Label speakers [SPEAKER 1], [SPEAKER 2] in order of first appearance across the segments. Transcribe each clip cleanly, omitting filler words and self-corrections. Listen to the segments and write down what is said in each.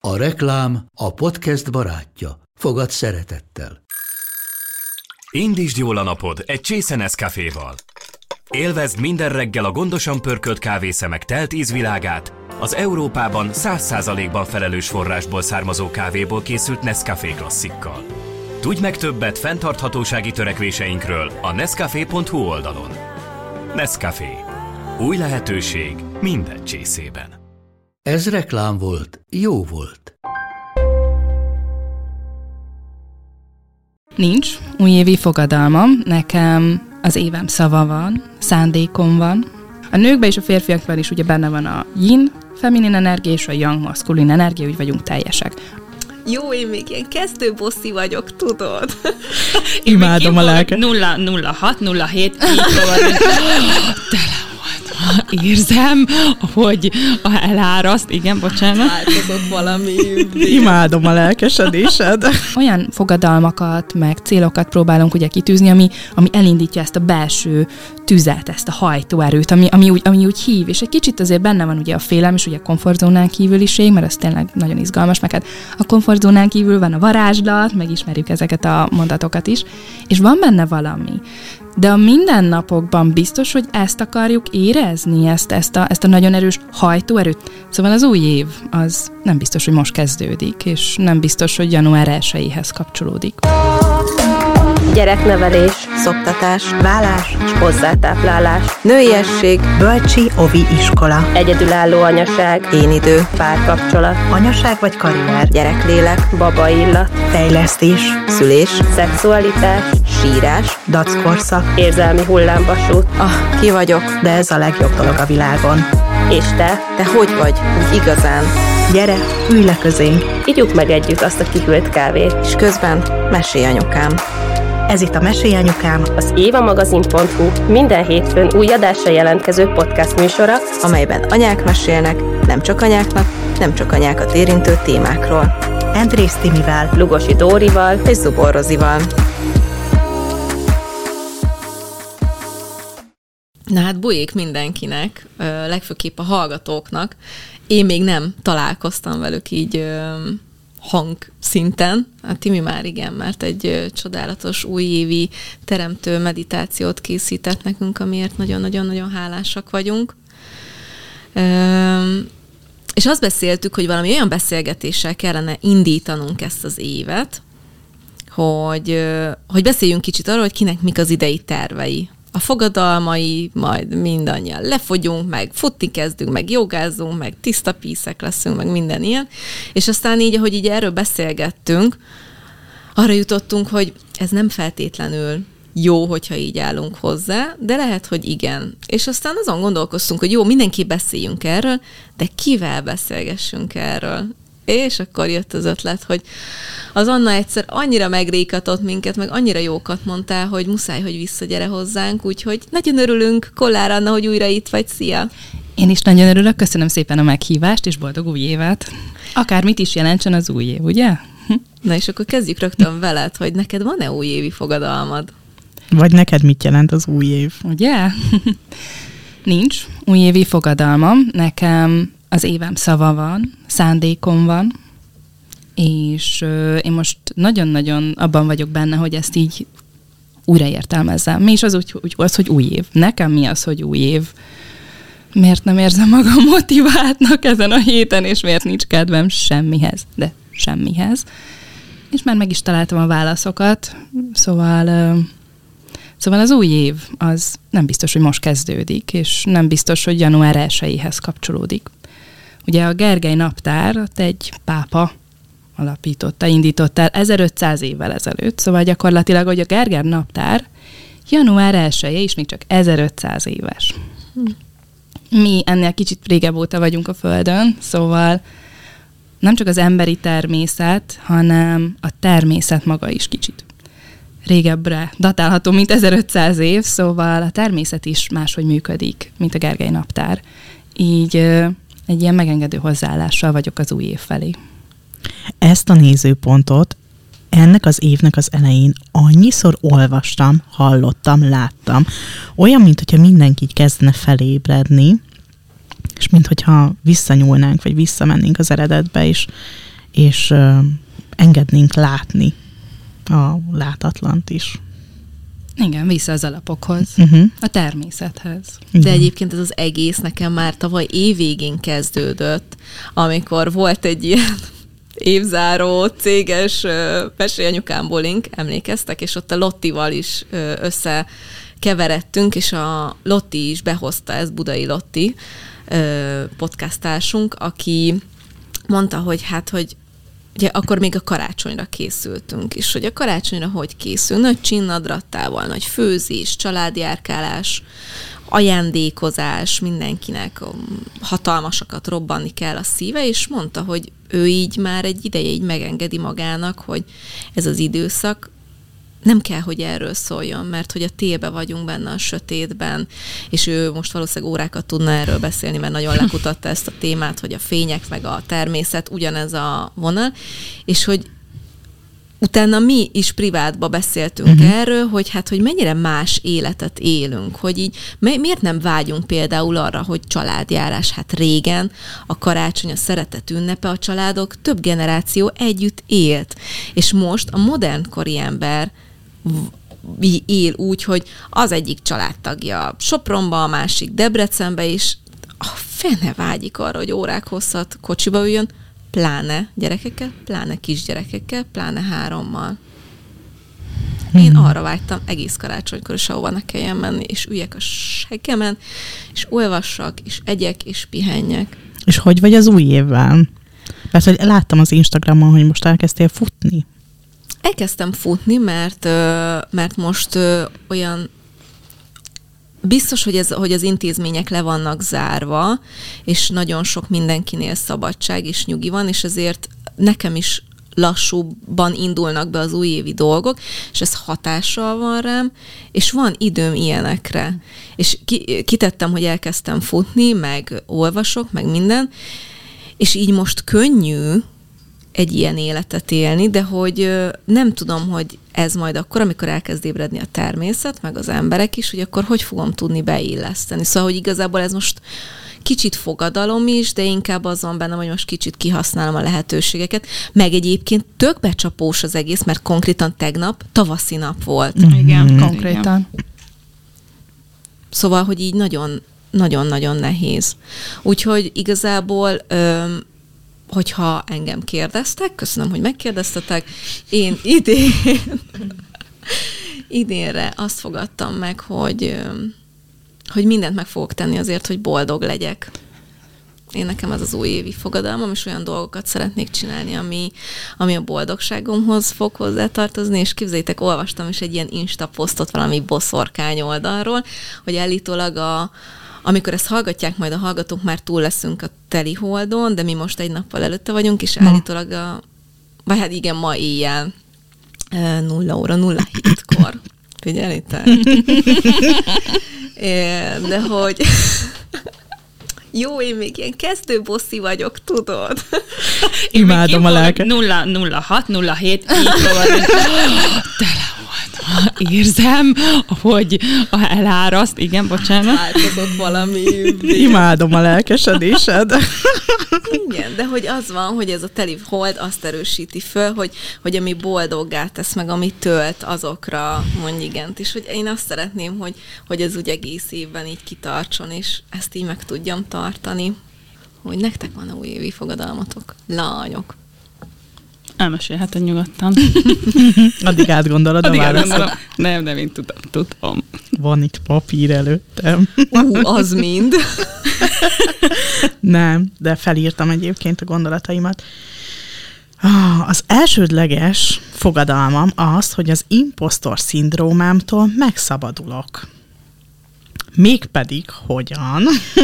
[SPEAKER 1] A reklám a podcast barátja. Fogad szeretettel.
[SPEAKER 2] Indítsd jól a napod egy csésze Nescaféval. Élvezd minden reggel a gondosan pörkölt kávészemek telt ízvilágát, az Európában 100%-ban felelős forrásból származó kávéból készült Nescafé klasszikkal. Tudj meg többet fenntarthatósági törekvéseinkről a nescafé.hu oldalon. Nescafé. Új lehetőség minden csészében.
[SPEAKER 1] Ez reklám volt, jó volt.
[SPEAKER 3] Nincs újévi fogadalmam, nekem az évem szava van, szándékom van. A nőkben és a férfiakban is ugye benne van a yin, feminin energia és a yang, maszkulin energia, úgy vagyunk teljesek.
[SPEAKER 4] Jó, én még ilyen kezdő bosszi vagyok, tudod?
[SPEAKER 3] Imádom a lelket.
[SPEAKER 4] 006, 07, tele volt.
[SPEAKER 3] Érzem, hogy eláraszt. Igen, bocsánat.
[SPEAKER 4] Változott valami.
[SPEAKER 3] Imádom a lelkesedésed. Olyan fogadalmakat, meg célokat próbálunk ugye kitűzni, ami elindítja ezt a belső tüzet, ezt a hajtóerőt, ami úgy hív, és egy kicsit azért benne van ugye a félelem, és ugye a komfortzónán kívüliség, mert ez tényleg nagyon izgalmas, meg hát a komfortzónán kívül van a varázslat, megismerjük ezeket a mondatokat is, és van benne valami. De a mindennapokban biztos, hogy ezt akarjuk érezni, ezt a nagyon erős hajtóerőt. Szóval az új év az nem biztos, hogy most kezdődik, és nem biztos, hogy január 1-éhez kapcsolódik.
[SPEAKER 5] Gyereknevelés, szoptatás, vállás és hozzátáplálás, nőiesség,
[SPEAKER 6] bölcsi ovi iskola,
[SPEAKER 5] egyedülálló anyaság,
[SPEAKER 6] én idő,
[SPEAKER 5] párkapcsolat,
[SPEAKER 6] anyaság vagy karrier,
[SPEAKER 5] gyereklélek, babaillat,
[SPEAKER 6] fejlesztés,
[SPEAKER 5] szülés, szexualitás, sírás,
[SPEAKER 6] dackorszak,
[SPEAKER 5] érzelmi hullámvasút.
[SPEAKER 6] Ki vagyok, de ez a legjobb dolog a világon.
[SPEAKER 5] És te hogy vagy, úgy igazán?
[SPEAKER 6] Gyere, ülj le közénk!
[SPEAKER 5] Igyuk meg együtt azt a kihűlt kávét, és közben mesélj anyukám.
[SPEAKER 6] Ez itt a Mesélj Anyukám,
[SPEAKER 5] az évamagazin.hu minden hétfőn új adásra jelentkező podcast műsora, amelyben anyák mesélnek, nem csak anyáknak, nem csak anyákat érintő témákról.
[SPEAKER 6] Andrész Timivel,
[SPEAKER 5] Lugosi Dórival és Zubor Rozival.
[SPEAKER 4] Na hát bujék mindenkinek, legfőképp a hallgatóknak. Én még nem találkoztam velük így hangszinten. A Timi már igen, mert egy csodálatos újévi teremtő meditációt készített nekünk, amiért nagyon-nagyon-nagyon hálásak vagyunk. És azt beszéltük, hogy valami olyan beszélgetéssel kellene indítanunk ezt az évet, hogy beszéljünk kicsit arról, hogy kinek mik az idei tervei. A fogadalmai, majd mindannyian lefogyunk, meg futni kezdünk, meg jogázunk, meg tiszta píszek leszünk, meg minden ilyen. És aztán így, ahogy így erről beszélgettünk, arra jutottunk, hogy ez nem feltétlenül jó, hogyha így állunk hozzá, de lehet, hogy igen. És aztán azon gondolkoztunk, hogy jó, mindenki beszéljünk erről, de kivel beszélgessünk erről? És akkor jött az ötlet, hogy az Anna egyszer annyira megrékatott minket, meg annyira jókat mondtál, hogy muszáj, hogy visszagyere hozzánk, úgyhogy nagyon örülünk, Kollár Anna, hogy újra itt vagy, szia!
[SPEAKER 3] Én is nagyon örülök, köszönöm szépen a meghívást, és boldog új évet! Akármit is jelentsen az új év, ugye?
[SPEAKER 4] Na és akkor kezdjük rögtön veled, hogy neked van-e újévi fogadalmad?
[SPEAKER 7] Vagy neked mit jelent az új év?
[SPEAKER 3] Ugye? Nincs újévi fogadalmam, nekem az évem szava van, szándékom van, és én most nagyon-nagyon abban vagyok benne, hogy ezt így újraértelmezzem. Mi is az, hogy új év. Nekem mi az, hogy új év? Miért nem érzem magam motiváltnak ezen a héten, és miért nincs kedvem semmihez? De semmihez. És már meg is találtam a válaszokat, szóval az új év az nem biztos, hogy most kezdődik, és nem biztos, hogy január 1-éhez kapcsolódik. Ugye a Gergely naptár, ott egy pápa indította el 1500 évvel ezelőtt, szóval gyakorlatilag, hogy a Gergely naptár január 1-e is még csak 1500 éves. Mi ennél kicsit régebb óta vagyunk a Földön, szóval nem csak az emberi természet, hanem a természet maga is kicsit régebbre datálható, mint 1500 év, szóval a természet is máshogy működik, mint a Gergely naptár. Így egy ilyen megengedő hozzáállással vagyok az új év felé.
[SPEAKER 7] Ezt a nézőpontot ennek az évnek az elején annyiszor olvastam, hallottam, láttam. Olyan, mintha mindenki így kezdene felébredni, és mintha visszanyúlnánk, vagy visszamennénk az eredetbe, és és engednénk látni a látatlant is.
[SPEAKER 3] Igen, vissza az alapokhoz, a természethez.
[SPEAKER 4] De egyébként ez az egész nekem már tavaly évvégén kezdődött, amikor volt egy ilyen évzáró céges Mesélyanyukám bulink, emlékeztek, és ott a Lottival is összekeveredtünk, és a Lotti is behozta, ez Budai Lotti podcasttársunk, aki mondta, hogy hogy ugye akkor még a karácsonyra készültünk, és hogy a karácsonyra hogy készül? Nagy csinnadrattával, nagy főzés, családjárkálás, ajándékozás, mindenkinek hatalmasakat robbanni kell a szíve, és mondta, hogy ő így már egy ideje így megengedi magának, hogy ez az időszak nem kell, hogy erről szóljon, mert hogy a télbe vagyunk benne a sötétben, és ő most valószínűleg órákat tudna erről beszélni, mert nagyon lekutatta ezt a témát, hogy a fények meg a természet ugyanez a vonal, és hogy utána mi is privátba beszéltünk erről, hogy mennyire más életet élünk, hogy így miért nem vágyunk például arra, hogy családjárás, régen a karácsony, a szeretet ünnepe, a családok több generáció együtt élt, és most a modernkori ember él úgy, hogy az egyik családtagja Sopronba, a másik Debrecenbe, és a fene vágyik arra, hogy órák hosszat kocsiba üljön, pláne gyerekekkel, pláne kisgyerekekkel, pláne 3-mal. Én arra vágytam egész karácsonykor, és ahova ne kelljen menni, és üljek a seggemen, és olvassak, és egyek, és pihenjek.
[SPEAKER 7] És hogy vagy az új évvel? Mert hogy láttam az Instagramon, hogy most elkezdtél futni.
[SPEAKER 4] Elkezdtem futni, mert most olyan biztos, hogy az intézmények le vannak zárva, és nagyon sok mindenkinél szabadság és nyugi van, és ezért nekem is lassúbban indulnak be az újévi dolgok, és ez hatással van rám, és van időm ilyenekre. És kitettem, hogy elkezdtem futni, meg olvasok, meg minden, és így most könnyű egy ilyen életet élni, de hogy nem tudom, hogy ez majd akkor, amikor elkezd ébredni a természet, meg az emberek is, hogy akkor hogy fogom tudni beilleszteni. Szóval, hogy igazából ez most kicsit fogadalom is, de inkább az van bennem, hogy most kicsit kihasználom a lehetőségeket, meg egyébként tök becsapós az egész, mert konkrétan tegnap tavaszi nap volt.
[SPEAKER 3] Igen, konkrétan.
[SPEAKER 4] Szóval, hogy így nagyon-nagyon nehéz. Úgyhogy igazából hogyha engem kérdeztek, köszönöm, hogy megkérdeztetek, én idénre azt fogadtam meg, hogy mindent meg fogok tenni azért, hogy boldog legyek. Én nekem ez az újévi fogadalmam, és olyan dolgokat szeretnék csinálni, ami a boldogságomhoz fog hozzátartozni, és képzeljétek, olvastam is egy ilyen Insta posztot valami boszorkány oldalról, hogy állítólag amikor ezt hallgatják, majd a hallgatók, már túl leszünk a teli holdon, de mi most egy nappal előtte vagyunk, és állítólag vagy hát igen, ma éjjel 0:07-kor. Figyelitek? De hogy én még ilyen kezdő bosszi vagyok, tudod?
[SPEAKER 7] Imádom a lelket.
[SPEAKER 3] 0:06, 07, tele volt. Érzem, hogy eláraszt. Igen, bocsánat.
[SPEAKER 4] Változott valami.
[SPEAKER 7] Imádom a lelkesedésed.
[SPEAKER 4] Igen, de hogy az van, hogy ez a teli hold azt erősíti föl, hogy ami boldoggá tesz, meg ami tölt, azokra mondj igent. És hogy én azt szeretném, hogy ez úgy egész évben így kitartson, és ezt így meg tudjam tartani. Hogy nektek van a újévi fogadalmatok, lányok.
[SPEAKER 3] Elmesélheted nyugodtan.
[SPEAKER 7] Addig átgondolod a választ.
[SPEAKER 3] Nem, én tudom.
[SPEAKER 7] Van itt papír előttem.
[SPEAKER 4] Az mind.
[SPEAKER 7] Nem, de felírtam egyébként a gondolataimat. Az elsődleges fogadalmam az, hogy az imposztor szindrómámtól megszabadulok. Mégpedig hogyan?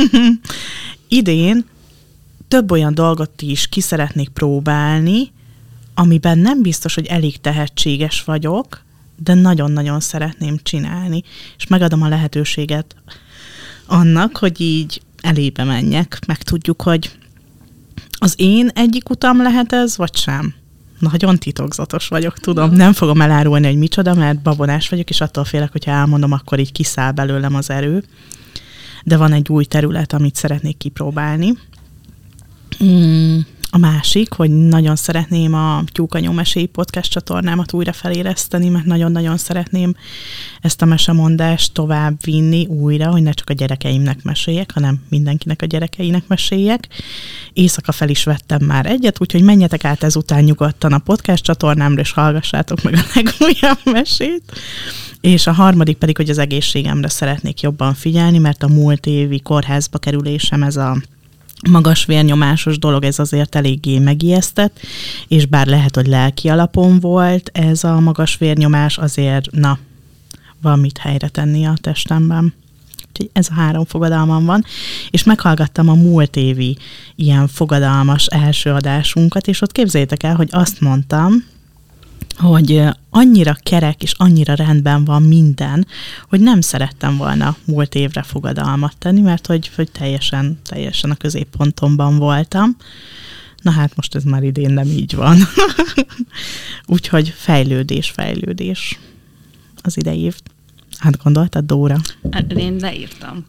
[SPEAKER 7] Idén több olyan dolgot is ki szeretnék próbálni, amiben nem biztos, hogy elég tehetséges vagyok, de nagyon-nagyon szeretném csinálni, és megadom a lehetőséget annak, hogy így elébe menjek, megtudjuk, hogy az én egyik utam lehet ez, vagy sem. Nagyon titokzatos vagyok, tudom. Nem fogom elárulni, hogy micsoda, mert babonás vagyok, és attól félek, hogyha elmondom, akkor így kiszáll belőlem az erő. De van egy új terület, amit szeretnék kipróbálni. A másik, hogy nagyon szeretném a Tyúkanyó Meséi podcast csatornámat újra feléleszteni, mert nagyon-nagyon szeretném ezt a mesemondást tovább vinni újra, hogy ne csak a gyerekeimnek meséljek, hanem mindenkinek a gyerekeinek meséljek. Éjszaka fel is vettem már egyet, úgyhogy menjetek át ezután nyugodtan a podcast csatornámra, és hallgassátok meg a legújabb mesét. És a harmadik pedig, hogy az egészségemre szeretnék jobban figyelni, mert a múlt évi kórházba kerülésem, ez a magas vérnyomásos dolog, ez azért eléggé megijesztett, és bár lehet, hogy lelki alapon volt ez a magas vérnyomás, azért, van mit helyre tenni a testemben. Úgyhogy ez a 3 fogadalmam van, és meghallgattam a múlt évi ilyen fogadalmas első adásunkat, és ott képzeljétek el, hogy azt mondtam, hogy annyira kerek és annyira rendben van minden, hogy nem szerettem volna múlt évre fogadalmat tenni, mert hogy teljesen a középpontomban voltam. Na hát most ez már idén nem így van. Úgyhogy fejlődés az idei év. Hát gondoltad, Dóra?
[SPEAKER 3] Én leírtam.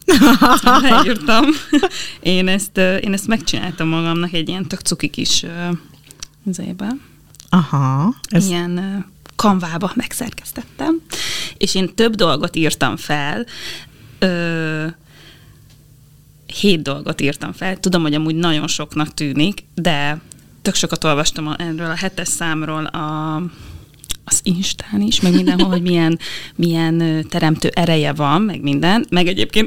[SPEAKER 3] Én ezt megcsináltam magamnak egy ilyen tök cuki kis zébe.
[SPEAKER 7] Aha.
[SPEAKER 3] Ilyen kanvába megszerkesztettem, és én több dolgot írtam fel, 7 dolgot írtam fel. Tudom, hogy amúgy nagyon soknak tűnik, de tök sokat olvastam erről a 7-es számról az Instán is, meg mindenhol, hogy milyen teremtő ereje van, meg minden, meg egyébként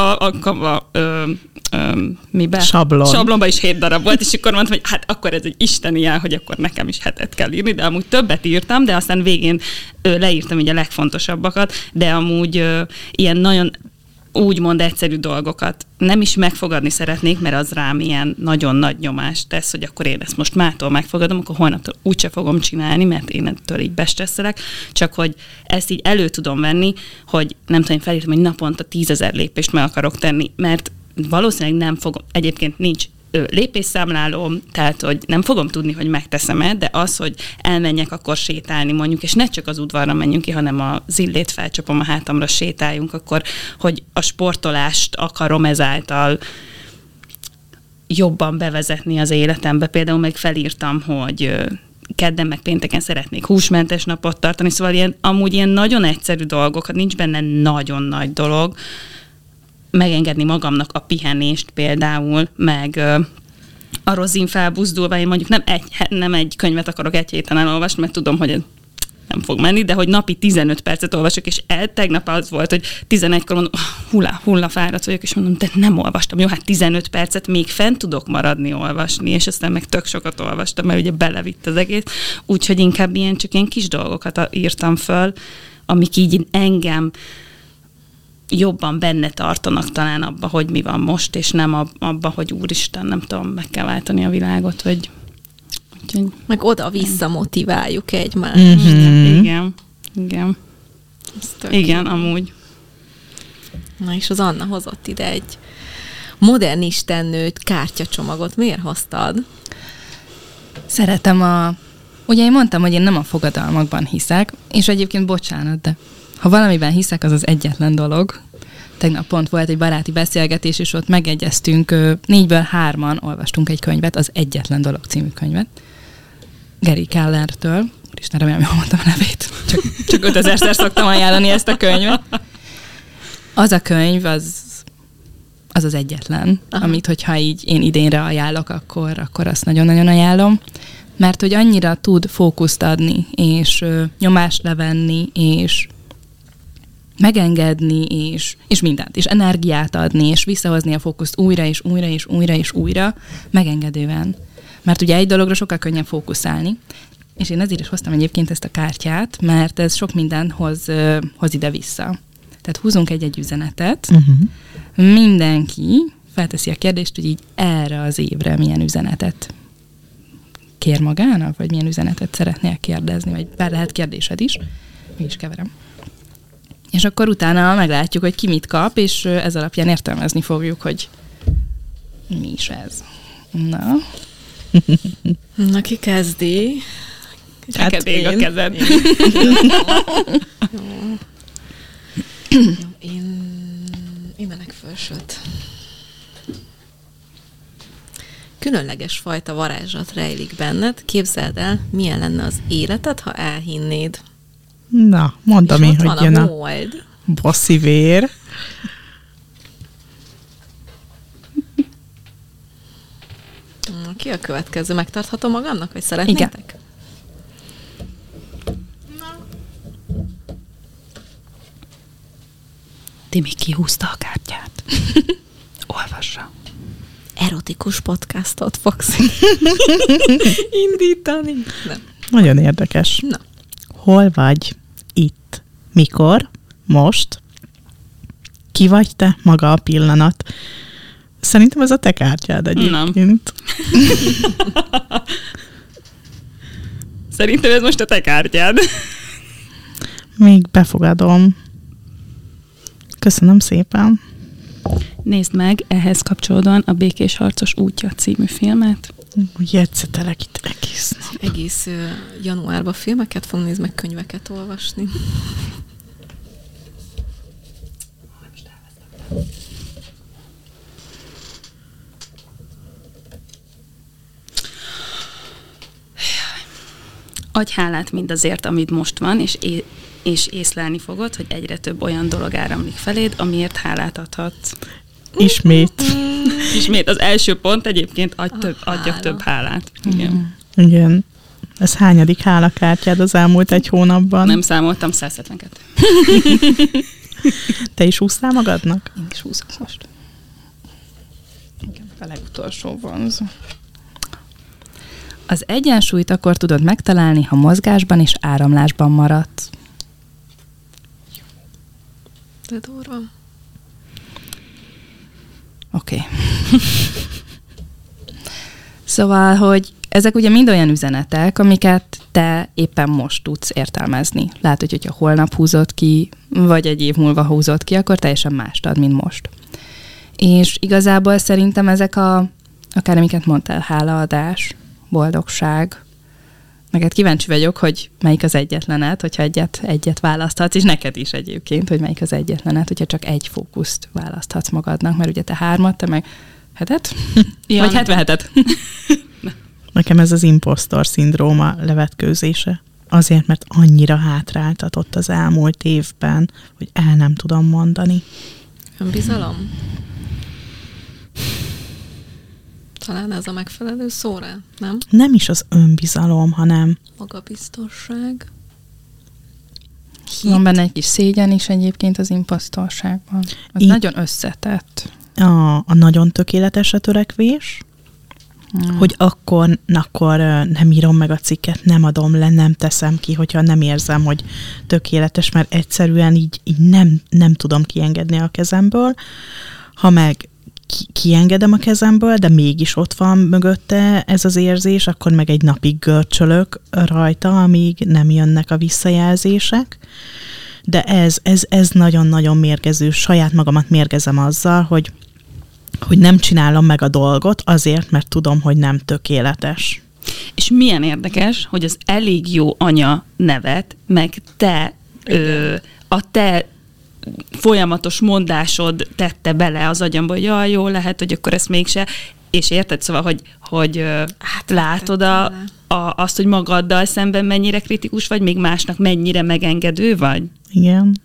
[SPEAKER 3] sablonban is 7 darab volt, és akkor mondtam, hogy hát akkor ez egy isteni jel, hogy akkor nekem is 7-et kell írni, de amúgy többet írtam, de aztán végén leírtam így a legfontosabbakat, de amúgy ilyen nagyon úgymond egyszerű dolgokat nem is megfogadni szeretnék, mert az rám ilyen nagyon nagy nyomást tesz, hogy akkor én ezt most mától megfogadom, akkor holnaptól úgyse fogom csinálni, mert én ettől így bestresszelek, csak hogy ezt így elő tudom venni, hogy nem tudom, én felírtam, hogy naponta 10 000 lépést meg akarok tenni, mert valószínűleg nem fogom, egyébként nincs lépésszámlálóm, tehát hogy nem fogom tudni, hogy megteszem-e, de az, hogy elmenjek akkor sétálni mondjuk, és ne csak az udvarra menjünk ki, hanem a zillét felcsapom a hátamra, sétáljunk, akkor, hogy a sportolást akarom ezáltal jobban bevezetni az életembe. Például meg felírtam, hogy kedden meg pénteken szeretnék húsmentes napot tartani, szóval amúgy ilyen nagyon egyszerű dolgok, nincs benne nagyon nagy dolog, megengedni magamnak a pihenést például, meg a rozin felbuzdulva, én mondjuk nem egy könyvet akarok egy héten elolvasni, mert tudom, hogy ez nem fog menni, de hogy napi 15 percet olvasok, és tegnap az volt, hogy 11-kor mondom, hulla fáradt vagyok, és mondom, de nem olvastam. Jó, hát 15 percet még fent tudok maradni olvasni, és aztán meg tök sokat olvastam, mert ugye belevitt az egész. Úgyhogy inkább csak ilyen kis dolgokat írtam föl, amik így engem jobban benne tartanak talán abba, hogy mi van most, és nem abba, hogy úristen, nem tudom, meg kell váltani a világot, vagy... Úgyhogy...
[SPEAKER 4] Meg oda-vissza motiváljuk egymást.
[SPEAKER 3] Mm-hmm. Igen. Igen, amúgy.
[SPEAKER 4] Na és az Anna hozott ide egy modern istennőt kártyacsomagot. Miért hoztad?
[SPEAKER 3] Szeretem ugye én mondtam, hogy én nem a fogadalmakban hiszek, és egyébként bocsánat, de ha valamiben hiszek, az az egyetlen dolog. Tegnap pont volt egy baráti beszélgetés, és ott megegyeztünk, 4-ből 3-an olvastunk egy könyvet, az Egyetlen dolog című könyvet. Gary Kellertől. Úristen, remélem, jól mondtam a nevét. Csak 5000-szer szoktam ajánlani ezt a könyvet. Az a könyv, az egyetlen, amit hogyha így én idénre ajánlok, akkor azt nagyon-nagyon ajánlom. Mert hogy annyira tud fókuszt adni, és nyomást levenni, és megengedni, és mindent, és energiát adni, és visszahozni a fókuszt újra, és újra, és újra, és újra, megengedően. Mert ugye egy dologra sokkal könnyebb fókuszálni, és én ezért is hoztam egyébként ezt a kártyát, mert ez sok mindent hoz ide-vissza. Tehát húzunk egy üzenetet, mindenki felteszi a kérdést, hogy így erre az évre milyen üzenetet kér magának, vagy milyen üzenetet szeretnél kérdezni, vagy bár lehet kérdésed is, mi is keverem. És akkor utána meglátjuk, hogy ki mit kap, és ez alapján értelmezni fogjuk, hogy mi is ez.
[SPEAKER 4] Na, ki kezdi?
[SPEAKER 3] Neked ég a kezed.
[SPEAKER 4] Én a legfelsőt. különleges fajta varázslat rejlik benned. Képzeld el, milyen lenne az életed, ha elhinnéd.
[SPEAKER 7] Na, mondom én, hogy jön
[SPEAKER 4] a hold.
[SPEAKER 7] Bosszi vér.
[SPEAKER 4] Ki a következő? Megtarthatom magamnak, vagy szeretnétek?
[SPEAKER 3] Igen. Timi kihúzta a kártyát. Olvassa.
[SPEAKER 4] Erotikus podcastot fogsz indítani. Nem.
[SPEAKER 7] Nagyon érdekes.
[SPEAKER 4] Na.
[SPEAKER 7] Hol vagy? Itt. Mikor? Most? Ki vagy te? Maga a pillanat. Szerintem ez a te kártyád egyébként. Nem.
[SPEAKER 3] Szerintem ez most a te kártyád.
[SPEAKER 7] Még befogadom. Köszönöm szépen.
[SPEAKER 3] Nézd meg ehhez kapcsolódóan a Békés Harcos útja című filmet.
[SPEAKER 7] Jegyzetelek itt egész nap.
[SPEAKER 4] Egész januárban filmeket fog nézni, meg könyveket olvasni.
[SPEAKER 3] Adj hálát mindazért, amit most van, és észlelni fogod, hogy egyre több olyan dolog áramlik feléd, amiért hálát adhatsz.
[SPEAKER 7] Ismét.
[SPEAKER 3] Ismét. Az első pont egyébként adjak több hálát. Igen.
[SPEAKER 7] Igen. Ez hányadik hálakártyád az elmúlt egy hónapban?
[SPEAKER 3] Nem számoltam, 172.
[SPEAKER 7] Te is húztál magadnak?
[SPEAKER 3] Én is húzok most. Igen, a legutolsó vonz. Az egyensúlyt akkor tudod megtalálni, ha mozgásban és áramlásban maradsz.
[SPEAKER 4] De durva.
[SPEAKER 3] Oké. Szóval, hogy ezek ugye mind olyan üzenetek, amiket te éppen most tudsz értelmezni. Látod, hogyha holnap húzod ki, vagy egy év múlva húzod ki, akkor teljesen mást ad, mint most. És igazából szerintem ezek akár amiket mondtál, hálaadás, boldogság, meg kíváncsi vagyok, hogy melyik az egyetlenet, hogyha egyet választhatsz, és neked is egyébként, hogy melyik az egyetlenet, hogyha csak egy fókuszt választhatsz magadnak, mert ugye te 3, te meg 7? Ja, vagy 77-et.
[SPEAKER 7] Nekem ez az impostor szindróma levetkőzése. Azért, mert annyira hátráltatott az elmúlt évben, hogy el nem tudom mondani.
[SPEAKER 4] Önbizalom? Talán ez a megfelelő szó rá, nem?
[SPEAKER 7] Nem is az önbizalom, hanem
[SPEAKER 4] magabiztosság.
[SPEAKER 3] Van benne egy kis szégyen is egyébként az imposztorságban. Az nagyon összetett.
[SPEAKER 7] A nagyon tökéletesre törekvés, hogy akkor nem írom meg a cikket, nem adom le, nem teszem ki, hogyha nem érzem, hogy tökéletes, mert egyszerűen így nem tudom kiengedni a kezemből. Ha meg kiengedem a kezemből, de mégis ott van mögötte ez az érzés, akkor meg egy napig görcsölök rajta, amíg nem jönnek a visszajelzések. De ez nagyon-nagyon mérgező. Saját magamat mérgezem azzal, hogy nem csinálom meg a dolgot azért, mert tudom, hogy nem tökéletes.
[SPEAKER 3] És milyen érdekes, hogy az elég jó anya nevet, meg te a te folyamatos mondásod tette bele az agyamba, hogy jaj, jó, lehet, hogy akkor ezt mégse, és érted, szóval, hogy látod azt, hogy magaddal szemben mennyire kritikus vagy, még másnak mennyire megengedő vagy?
[SPEAKER 7] Igen.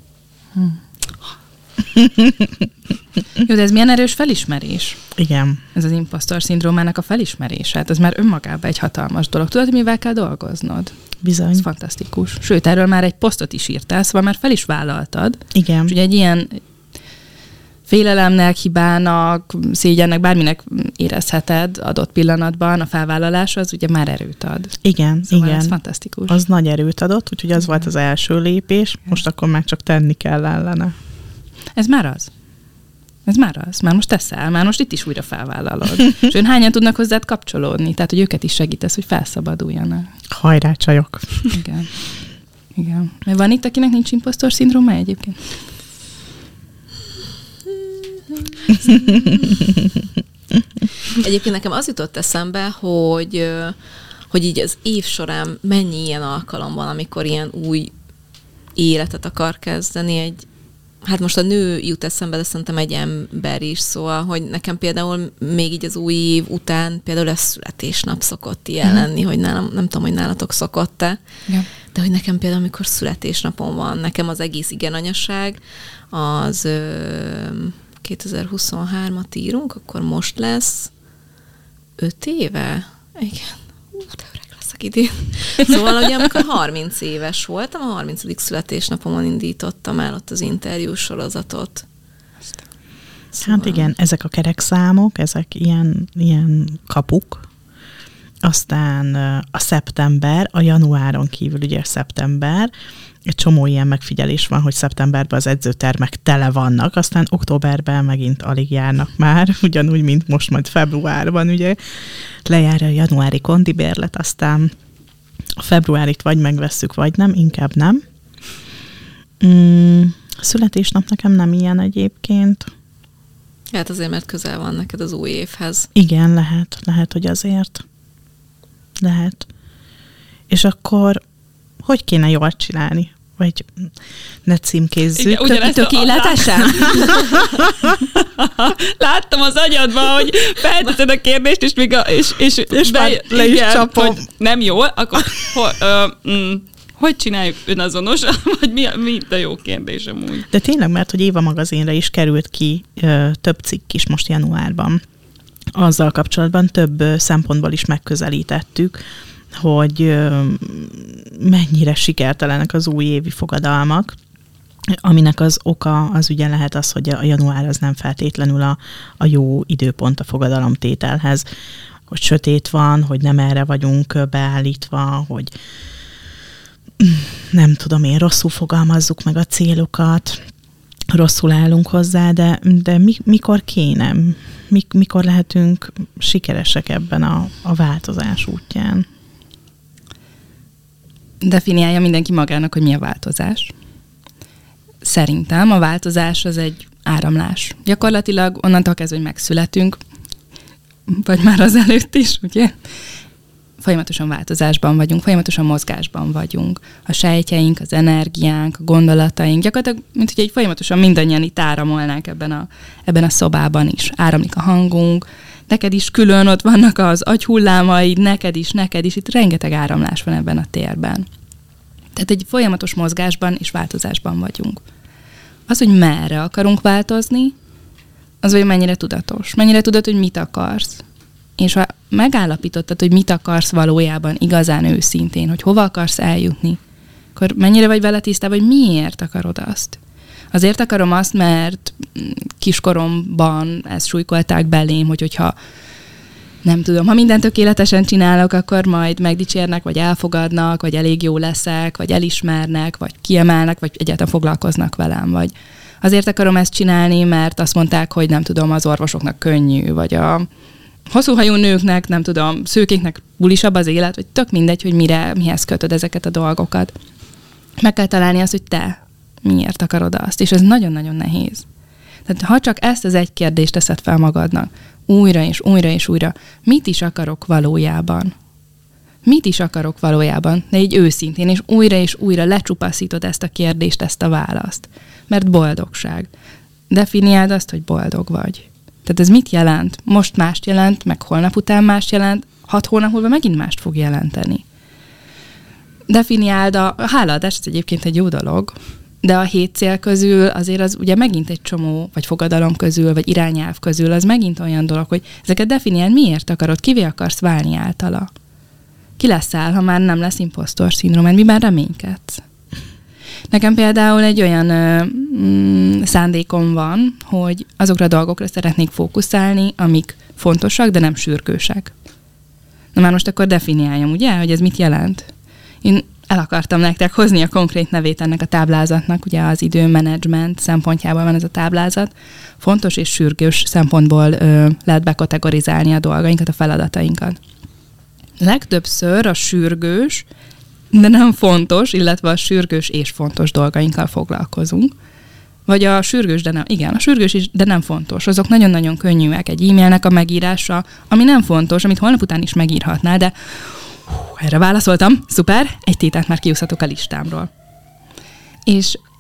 [SPEAKER 3] Jó, de ez milyen erős felismerés?
[SPEAKER 7] Igen.
[SPEAKER 3] Ez az impostor szindrómának a felismerése. Hát ez már önmagában egy hatalmas dolog. Tudod, mivel kell dolgoznod?
[SPEAKER 7] Bizony.
[SPEAKER 3] Ez fantasztikus. Sőt, erről már egy posztot is írtál, szóval már fel is vállaltad.
[SPEAKER 7] Igen.
[SPEAKER 3] És ugye egy ilyen félelemnek, hibának, szégyennek, bárminek érezheted adott pillanatban, a felvállalás az ugye már erőt ad.
[SPEAKER 7] Igen,
[SPEAKER 3] szóval
[SPEAKER 7] igen.
[SPEAKER 3] Ez fantasztikus.
[SPEAKER 7] Az nagy erőt adott, úgyhogy az volt az első lépés, most akkor már csak tenni kell ellene.
[SPEAKER 3] Ez már az. Ez már az. Már most teszel, már most itt is újra felvállalod. És ön hányan tudnak hozzád kapcsolódni? Tehát, hogy őket is segítesz, hogy felszabaduljanak.
[SPEAKER 7] Hajrá, csajok!
[SPEAKER 3] Igen. Igen. Mert van itt, akinek nincs impostor szindróma egyébként?
[SPEAKER 4] Egyébként nekem az jutott eszembe, hogy így az év során mennyi ilyen alkalom van, amikor ilyen új életet akar kezdeni egy hát most a nő jut eszembe, de szerintem egy ember is, szóval, hogy nekem például még így az új év után például a születésnap szokott ilyen lenni, hogy nálam, nem tudom, hogy nálatok szokott-e, de hogy nekem például, amikor születésnapom van, nekem az egész igen anyaság, az 2023-at írunk, akkor most lesz 5 éve? Igen. De öreg leszek idén. Szóval, ugye, amikor 30 éves voltam, a 30. születésnapomon indítottam el ott az interjús sorozatot. Szóval...
[SPEAKER 7] Hát igen, ezek a kerekszámok, ezek ilyen kapuk. Aztán a szeptember, a januáron kívül ugye szeptember, egy csomó ilyen megfigyelés van, hogy szeptemberben az edzőtermek tele vannak, aztán októberben megint alig járnak már, ugyanúgy, mint most majd februárban, ugye lejár a januári kondibérlet, aztán a februárit vagy megvesszük, vagy nem, inkább nem. Születésnap nekem nem ilyen egyébként.
[SPEAKER 4] Hát azért, mert közel van neked az új évhez.
[SPEAKER 7] Igen, lehet, hogy azért. Lehet. És akkor hogy kéne jól csinálni? Vagy ne címkézzük.
[SPEAKER 3] Igen, tökéletesen? Láttam az agyadban, hogy feltetted a kérdést, és még és
[SPEAKER 7] le is csapom.
[SPEAKER 3] Hogy nem jól, akkor hogy csináljuk önazonos? Vagy mi a jó kérdés amúgy?
[SPEAKER 7] De tényleg, mert hogy Éva magazinra is került ki több cikk is most januárban. Azzal kapcsolatban több szempontból is megközelítettük, hogy mennyire sikertelenek az újévi fogadalmak, aminek az oka az ugye lehet az, hogy a január az nem feltétlenül a jó időpont a fogadalomtételhez, hogy sötét van, hogy nem erre vagyunk beállítva, hogy nem tudom én, rosszul fogalmazzuk meg a célokat, rosszul állunk hozzá, de mikor kéne? Mikor lehetünk sikeresek ebben a változás útján?
[SPEAKER 3] Definiálja mindenki magának, hogy mi a változás. Szerintem a változás az egy áramlás. Gyakorlatilag onnantól kezdve, hogy megszületünk, vagy már az előtt is, ugye? Folyamatosan változásban vagyunk, folyamatosan mozgásban vagyunk. A sejtjeink, az energiánk, a gondolataink, gyakorlatilag, mint hogy folyamatosan mindannyian itt áramolnánk ebben a szobában is. Áramlik a hangunk, neked is külön ott vannak az agyhullámaid, neked is, itt rengeteg áramlás van ebben a térben. Tehát egy folyamatos mozgásban és változásban vagyunk. Az, hogy merre akarunk változni, az, hogy mennyire tudatos. Mennyire tudod, hogy mit akarsz. És ha megállapítottad, hogy mit akarsz valójában igazán őszintén, hogy hova akarsz eljutni, akkor mennyire vagy vele tisztában, hogy miért akarod azt. Azért akarom azt, mert kiskoromban ezt súlykolták belém, hogyha nem tudom, ha mindent tökéletesen csinálok, akkor majd megdicsérnek, vagy elfogadnak, vagy elég jó leszek, vagy elismernek, vagy kiemelnek, vagy egyáltalán foglalkoznak velem, vagy azért akarom ezt csinálni, mert azt mondták, hogy nem tudom, az orvosoknak könnyű, vagy a hosszúhajú nőknek, nem tudom, szőkéknek bulisabb az élet, vagy tök mindegy, hogy mihez kötöd ezeket a dolgokat. Meg kell találni azt, hogy te miért akarod azt, és ez nagyon-nagyon nehéz. Tehát ha csak ezt az egy kérdést teszed fel magadnak, újra és újra és újra, mit is akarok valójában? Mit is akarok valójában? De így őszintén, és újra lecsupaszítod ezt a kérdést, ezt a választ. Mert boldogság. Definiáld azt, hogy boldog vagy. Tehát ez mit jelent? Most mást jelent, meg holnap után mást jelent, 6 hónap múlva megint mást fog jelenteni. Definiáld a hálaadás, ez egyébként egy jó dolog, de a 7 cél közül azért az ugye megint egy csomó, vagy fogadalom közül, vagy irányelv közül, az megint olyan dolog, hogy ezeket definiáld, miért akarod, kivé akarsz válni általa. Ki leszel, ha már nem lesz imposztor szindrómád, miben reménykedsz? Nekem például egy olyan szándékom van, hogy azokra a dolgokra szeretnék fókuszálni, amik fontosak, de nem sürgősek. Na már most akkor definiáljam, ugye, hogy ez mit jelent? Én el akartam nektek hozni a konkrét nevét ennek a táblázatnak, ugye az időmenedzsment szempontjából van ez a táblázat. Fontos és sürgős szempontból lehet bekategorizálni a dolgainkat, a feladatainkat. Legtöbbször a sürgős, de nem fontos, illetve a sürgős és fontos dolgainkkal foglalkozunk. Vagy a sürgős, de nem, igen, a sürgős is, de nem fontos. Azok nagyon-nagyon könnyűek. Egy e-mailnek a megírása, ami nem fontos, amit holnap után is megírhatnál, de erre válaszoltam. Szuper, egy tételt már kiúszhatok a listámról. És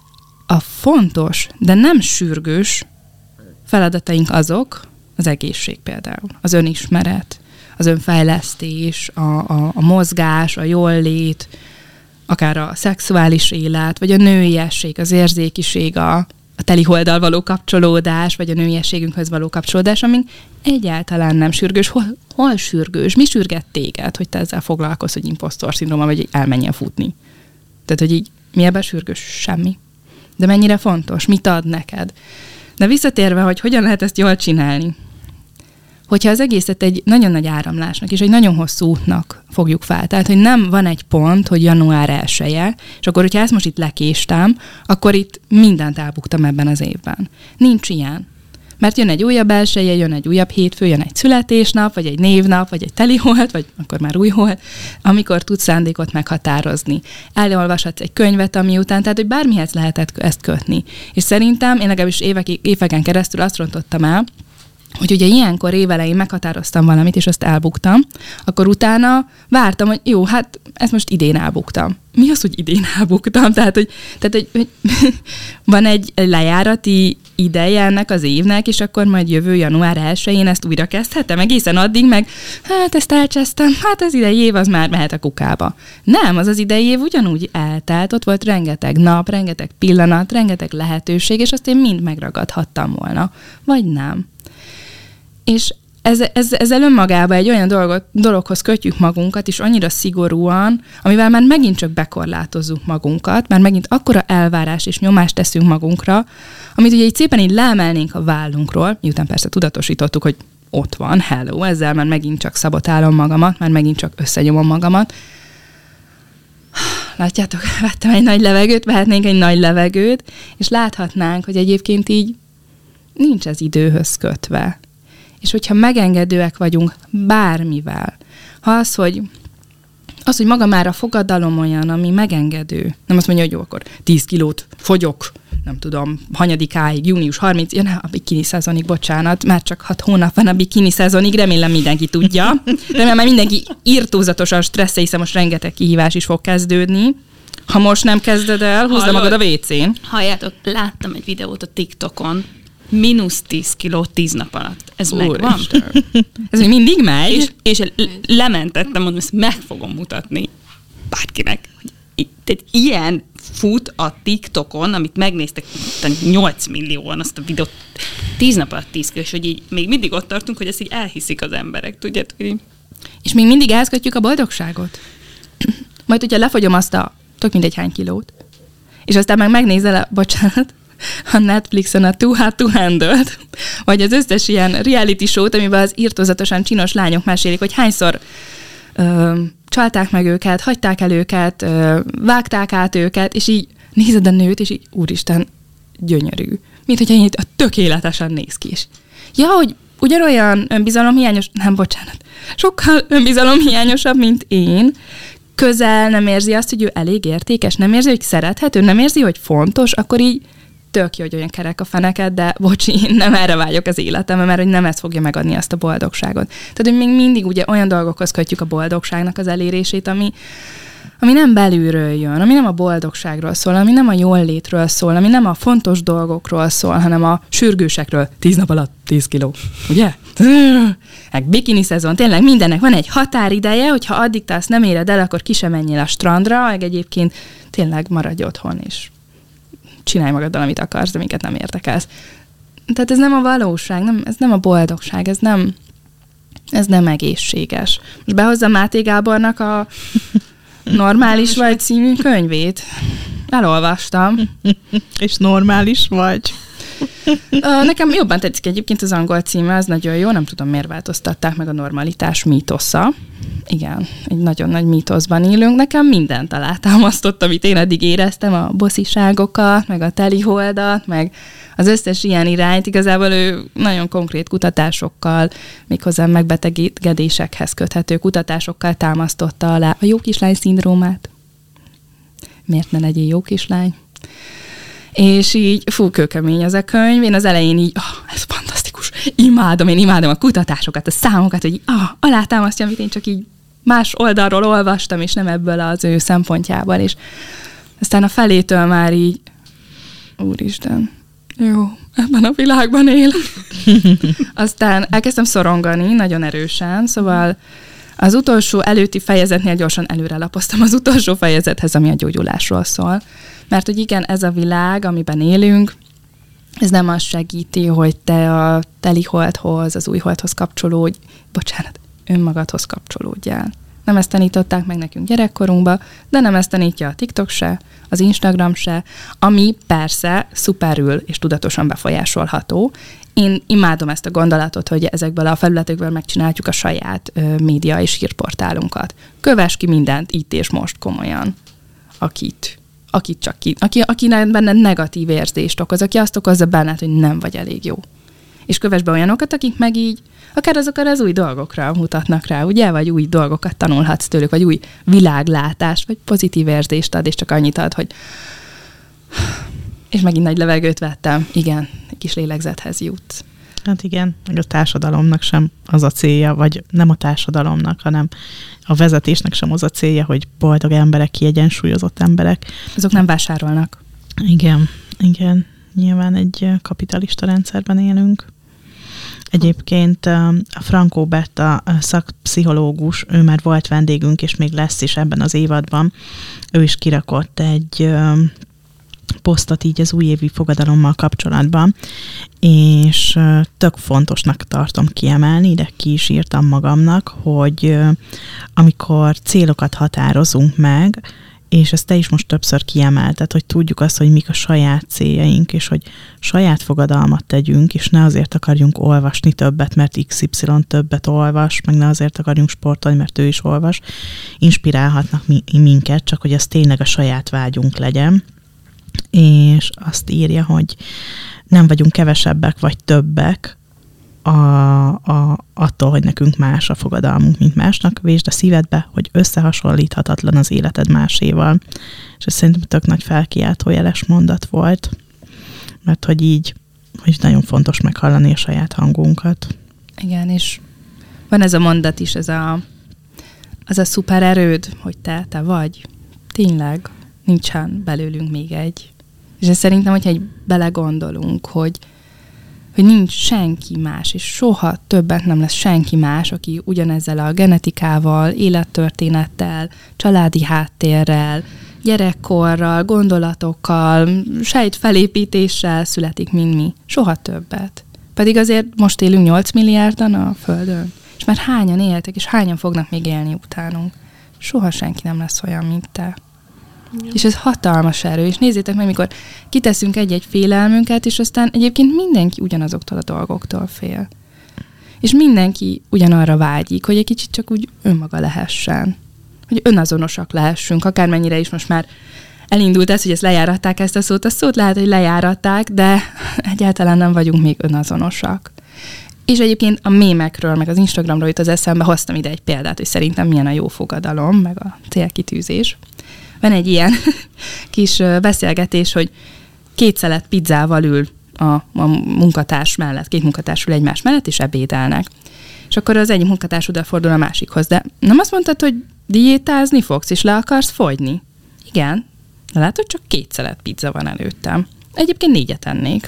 [SPEAKER 3] a fontos, de nem sürgős feladataink azok, az egészség például, az önismeret, az önfejlesztés, a mozgás, a jólét, akár a szexuális élet, vagy a nőiesség, az érzékiség, a teliholddal való kapcsolódás, vagy a nőiességünkhöz való kapcsolódás, amink egyáltalán nem sürgős. Hol sürgős? Mi sürget téged, hogy te ezzel foglalkozz, hogy imposztor szindróma, vagy elmenjen futni? Tehát, hogy így mi ebben sürgős? Semmi. De mennyire fontos? Mit ad neked? De visszatérve, hogy hogyan lehet ezt jól csinálni? Hogyha az egészet egy nagyon nagy áramlásnak és egy nagyon hosszú útnak fogjuk fel, tehát, hogy nem van egy pont, hogy január 1-e, és akkor, hogyha ezt most itt lekéstem, akkor itt mindent elbuktam ebben az évben. Nincs ilyen. Mert jön egy újabb elsője, jön egy újabb hétfő, jön egy születésnap, vagy egy névnap, vagy egy telihold, vagy akkor már újhold, amikor tudsz szándékot meghatározni. Elolvashatsz egy könyvet, ami után, tehát, hogy bármihez lehetett ezt kötni. És szerintem én legalábbis éveken keresztül azt rontottam el, hogy ugye ilyenkor évelején meghatároztam valamit, és azt elbuktam, akkor utána vártam, hogy jó, hát ezt most idén elbuktam. Mi az, hogy idén elbuktam? Tehát, hogy van egy lejárati ideje ennek az évnek, és akkor majd jövő január 1-én ezt újra kezdhetem, egészen addig meg, hát ezt elcsesztem, hát az idei év az már mehet a kukába. Nem, az idei év ugyanúgy eltelt, ott volt rengeteg nap, rengeteg pillanat, rengeteg lehetőség, és azt én mind megragadhattam volna. Vagy nem. És ezzel önmagában egy olyan dologhoz kötjük magunkat, és annyira szigorúan, amivel már megint csak bekorlátozzuk magunkat, mert megint akkora elvárás és nyomást teszünk magunkra, amit ugye így szépen így leemelnénk a vállunkról, miután persze tudatosítottuk, hogy ott van, hello, ezzel már megint csak szabotálom magamat, már megint csak összenyomom magamat. Látjátok, vettem egy nagy levegőt, vehetnénk egy nagy levegőt, és láthatnánk, hogy egyébként így nincs ez időhöz kötve. És hogyha megengedőek vagyunk bármivel, ha az, hogy maga már a fogadalom olyan, ami megengedő, nem azt mondja, hogy jó, akkor 10 kilót fogyok, nem tudom, hanyadikáig, június 30, ja, a bikini szezonig, bocsánat, már csak 6 hónap van a bikini szezonig, remélem mindenki tudja. Remélem már mindenki irtózatosan stressze, hiszen most rengeteg kihívás is fog kezdődni. Ha most nem kezded el, húzd magad a WC-n.
[SPEAKER 8] Halljátok, láttam egy videót a TikTokon, -10 kiló 10 nap alatt. Ez megvan?
[SPEAKER 3] Ez még mindig megy?
[SPEAKER 8] És lementettem, mondom, ezt meg fogom mutatni bárkinek. Tehát ilyen fut a TikTokon, amit megnéztek 8 millióan azt a videót, 10 nap alatt 10 kiló, és hogy így még mindig ott tartunk, hogy ezt így elhiszik az emberek, tudjátok?
[SPEAKER 3] És még mindig ehhez kötjük a boldogságot. Majd, hogyha lefogyom azt a tök mindegy hány kilót, és aztán meg megnézel a Netflixon a Too Hot to Handle-t, vagy az összes ilyen reality show-t, amiben az irtózatosan csinos lányok mesélik, hogy hányszor csalták meg őket, hagyták el őket, vágták át őket, és így nézed a nőt, és így úristen, gyönyörű. Mint hogyha így tökéletesen néz ki is. Ja, hogy ugyanolyan önbizalomhiányos, sokkal önbizalomhiányosabb, mint én, közel nem érzi azt, hogy ő elég értékes, nem érzi, hogy szerethető, nem érzi, hogy fontos, akkor így tök jó, hogy olyan kerek a feneket, de bocsi, én nem erre vágyok az életemben, mert hogy nem ez fogja megadni azt a boldogságot. Tehát, hogy még mindig ugye olyan dolgokhoz kötjük a boldogságnak az elérését, ami nem belülről jön, ami nem a boldogságról szól, ami nem a jól létről szól, ami nem a fontos dolgokról szól, hanem a sürgősekről. 10 nap alatt 10 kiló, ugye? Meg bikini szezon, tényleg mindennek van egy határideje, hogyha addig te azt nem éred el, akkor ki sem menjél a strandra, meg egyébként tényleg maradj otthon és csinálj magaddal, amit akarsz, de minket nem érdekelsz. Tehát ez nem a valóság, ez nem a boldogság, ez nem egészséges. Most behozzam Máté Gábornak a Normális vagy című könyvét. Elolvastam.
[SPEAKER 7] És normális vagy?
[SPEAKER 3] Nekem jobban tetszik egyébként az angol címe, az nagyon jó, nem tudom miért változtatták meg a normalitás mítosza. Igen, egy nagyon nagy mítoszban élünk. Nekem mindent alátámasztott, amit én eddig éreztem, a bossziságokat, meg a teliholdat, meg az összes ilyen irányt. Igazából ő nagyon konkrét kutatásokkal, méghozzá megbetegedésekhez köthető kutatásokkal támasztotta alá a jó kislány szindrómát. Miért ne legyél jó kislány? És így, kőkemény az a könyv. Én az elején így, ez fantasztikus, én imádom a kutatásokat, a számokat, hogy alátámasztja, amit én csak így más oldalról olvastam, és nem ebből az ő szempontjából. És aztán a felétől már így úristen, jó, ebben a világban él. Aztán elkezdtem szorongani nagyon erősen, szóval az utolsó előtti fejezetnél gyorsan előrelapoztam az utolsó fejezethez, ami a gyógyulásról szól. Mert hogy igen, ez a világ, amiben élünk, ez nem azt segíti, hogy te a teli holdhoz, az új holdhoz önmagadhoz kapcsolódjál. Nem ezt tanították meg nekünk gyerekkorunkba, de nem ezt tanítja a TikTok se, az Instagram se, ami persze szuperül és tudatosan befolyásolható. Én imádom ezt a gondolatot, hogy ezekből a felületekből megcsináljuk a saját média és hírportálunkat. Kövess ki mindent itt és most komolyan, aki benne negatív érzést okoz, aki azt okozza benned, hogy nem vagy elég jó. És kövess be olyanokat, akik meg így akár azokra az új dolgokra mutatnak rá, ugye? Vagy új dolgokat tanulhatsz tőlük, vagy új világlátást, vagy pozitív érzést ad, és csak annyit ad, hogy és megint nagy levegőt vettem. Igen, egy kis lélegzethez jut.
[SPEAKER 7] Hát igen, meg a társadalomnak sem az a célja, vagy nem a társadalomnak, hanem a vezetésnek sem az a célja, hogy boldog emberek, kiegyensúlyozott emberek.
[SPEAKER 3] Azok nem vásárolnak.
[SPEAKER 7] Igen. Nyilván egy kapitalista rendszerben élünk. Egyébként a Frankó Berta szakpszichológus, ő már volt vendégünk, és még lesz is ebben az évadban. Ő is kirakott egy posztot így az újévi fogadalommal kapcsolatban, és tök fontosnak tartom kiemelni, de ki is írtam magamnak, hogy amikor célokat határozunk meg, és ezt te is most többször kiemelted, hogy tudjuk azt, hogy mik a saját céljaink, és hogy saját fogadalmat tegyünk, és ne azért akarjunk olvasni többet, mert XY többet olvas, meg ne azért akarjunk sportolni, mert ő is olvas. Inspirálhatnak minket, csak hogy az tényleg a saját vágyunk legyen. És azt írja, hogy nem vagyunk kevesebbek vagy többek attól, hogy nekünk más a fogadalmunk, mint másnak. Vésd a szívedbe, hogy összehasonlíthatatlan az életed máséval. És ez szerintem tök nagy felkiáltójeles mondat volt, mert hogy így, hogy nagyon fontos meghallani a saját hangunkat.
[SPEAKER 3] Igen, és van ez a mondat is, az a szuper erőd, hogy te vagy. Tényleg nincsen belőlünk még egy. És ez szerintem, hogyha egy belegondolunk, hogy nincs senki más, és soha többet nem lesz senki más, aki ugyanezzel a genetikával, élettörténettel, családi háttérrel, gyerekkorral, gondolatokkal, sejtfelépítéssel születik, mint mi. Soha többet. Pedig azért most élünk 8 milliárdan a Földön, és már hányan éltek, és hányan fognak még élni utánunk. Soha senki nem lesz olyan, mint te. Ja. És ez hatalmas erő, és nézzétek meg, mikor kiteszünk egy-egy félelmünket, és aztán egyébként mindenki ugyanazoktól a dolgoktól fél. És mindenki ugyanarra vágyik, hogy egy kicsit csak úgy önmaga lehessen. Hogy önazonosak lehessünk, akármennyire is most már elindult ez, hogy ezt lejáratták ezt a szót lehet, hogy lejáratták, de egyáltalán nem vagyunk még önazonosak. És egyébként a mémekről, meg az Instagramról jut az eszembe, hoztam ide egy példát, hogy szerintem milyen a jó fogadalom, meg a célkitűzés. Van egy ilyen kis beszélgetés, hogy 2 szelet pizzával ül a munkatárs mellett, 2 munkatárs ül egymás mellett, és ebédelnek. És akkor az egyik munkatárs odafordul a másikhoz, de nem azt mondtad, hogy diétázni fogsz, és le akarsz fogyni? Igen, de látod, csak 2 szelet pizza van előttem. Egyébként 4-et ennék.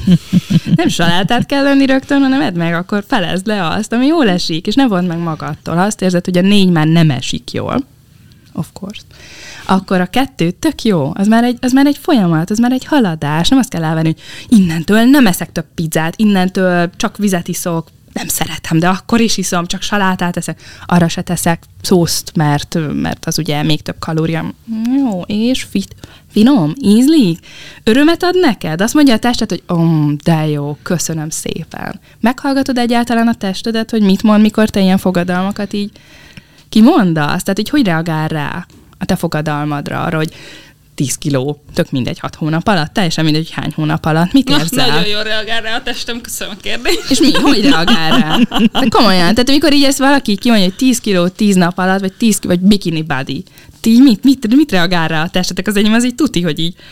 [SPEAKER 3] Nem salátát kell lenni rögtön, hanem edd meg, akkor felezd le azt, ami jól esik, és ne vedd meg magadtól. Azt érzed, hogy a 4 már nem esik jól. Of course. Akkor a 2 tök jó. Az már egy folyamat, az már egy haladás. Nem azt kell elvenni, hogy innentől nem eszek több pizzát, innentől csak vizet iszok, nem szeretem, de akkor is iszom, csak salátát eszek, arra se teszek szószt, mert az ugye még több kalória. Jó, és finom, ízlik, örömet ad neked. Azt mondja a tested, hogy de jó, köszönöm szépen. Meghallgatod egyáltalán a testedet, hogy mit mond, mikor te ilyen fogadalmakat így kimondasz? Tehát, hogy reagál rá a te fogadalmadra, arra, hogy 10 kiló, tök mindegy 6 hónap alatt, teljesen mindegy, hogy hány hónap alatt. Mit érzel?
[SPEAKER 8] Nagyon jól reagál rá a testem, köszönöm a kérdést.
[SPEAKER 3] És hogy reagál rá? De komolyan, tehát amikor így ezt valaki kimondja, hogy 10 kiló 10 nap alatt, vagy 10 vagy bikini body, így mit reagál rá a testetek? Az enyém az így tuti, hogy így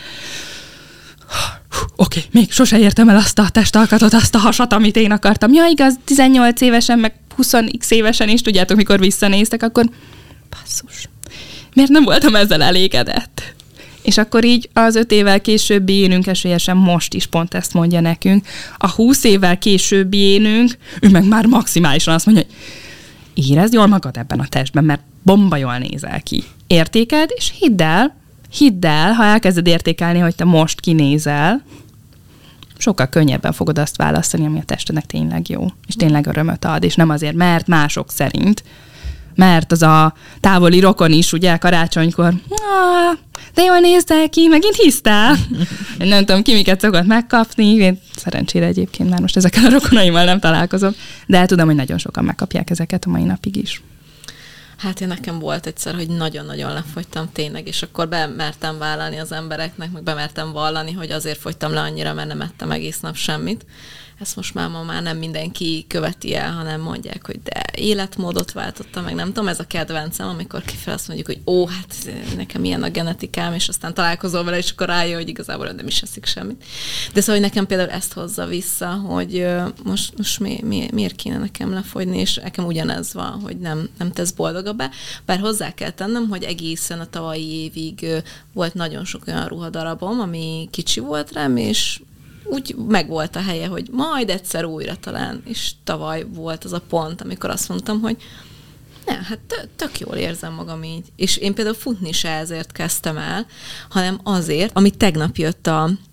[SPEAKER 3] oké, még sose értem el azt a testalkatot, azt a hasat, amit én akartam. Ja, igaz, 18 évesen, meg 20x évesen is, tudjátok, mikor visszanéztek, akkor basszus, miért nem voltam ezzel elégedett? És akkor így az 5 évvel későbbi énünk esélyesen most is pont ezt mondja nekünk. A 20 évvel későbbi énünk, ő meg már maximálisan azt mondja, hogy érezd jól magad ebben a testben, mert bomba jól nézel ki. Értékeld, és hidd el, ha elkezded értékelni, hogy te most kinézel, sokkal könnyebben fogod azt választani, ami a testednek tényleg jó, és tényleg örömöt ad, és nem azért, mert mások szerint, mert az a távoli rokon is, ugye, karácsonykor, de jól néztél ki, megint hisztál. Én nem tudom, ki miket szokott megkapni, én szerencsére egyébként már most ezekkel a rokonaimmal nem találkozom, de tudom, hogy nagyon sokan megkapják ezeket a mai napig is.
[SPEAKER 4] Hát én nekem volt egyszer, hogy nagyon-nagyon lefogytam tényleg, és akkor bemertem vállalni az embereknek, meg bemertem vallani, hogy azért fogytam le annyira, mert nem ettem egész nap semmit. Ezt most már nem mindenki követi el, hanem mondják, hogy de életmódot váltottam, meg nem tudom, ez a kedvencem, amikor kifele azt mondjuk, hogy hát nekem ilyen a genetikám, és aztán találkozol vele, és akkor rájön, hogy igazából nem is eszik semmit. De szóval, hogy nekem például ezt hozza vissza, hogy most miért kéne nekem lefogyni, és nekem ugyanez van, hogy nem tesz boldogabbá. Bár hozzá kell tennem, hogy egészen a tavalyi évig volt nagyon sok olyan ruhadarabom, ami kicsi volt rám, és úgy megvolt a helye, hogy majd egyszer újra talán, és tavaly volt az a pont, amikor azt mondtam, hogy hát tök jól érzem magam így. És én például futni se ezért kezdtem el, hanem azért, ami tegnap jött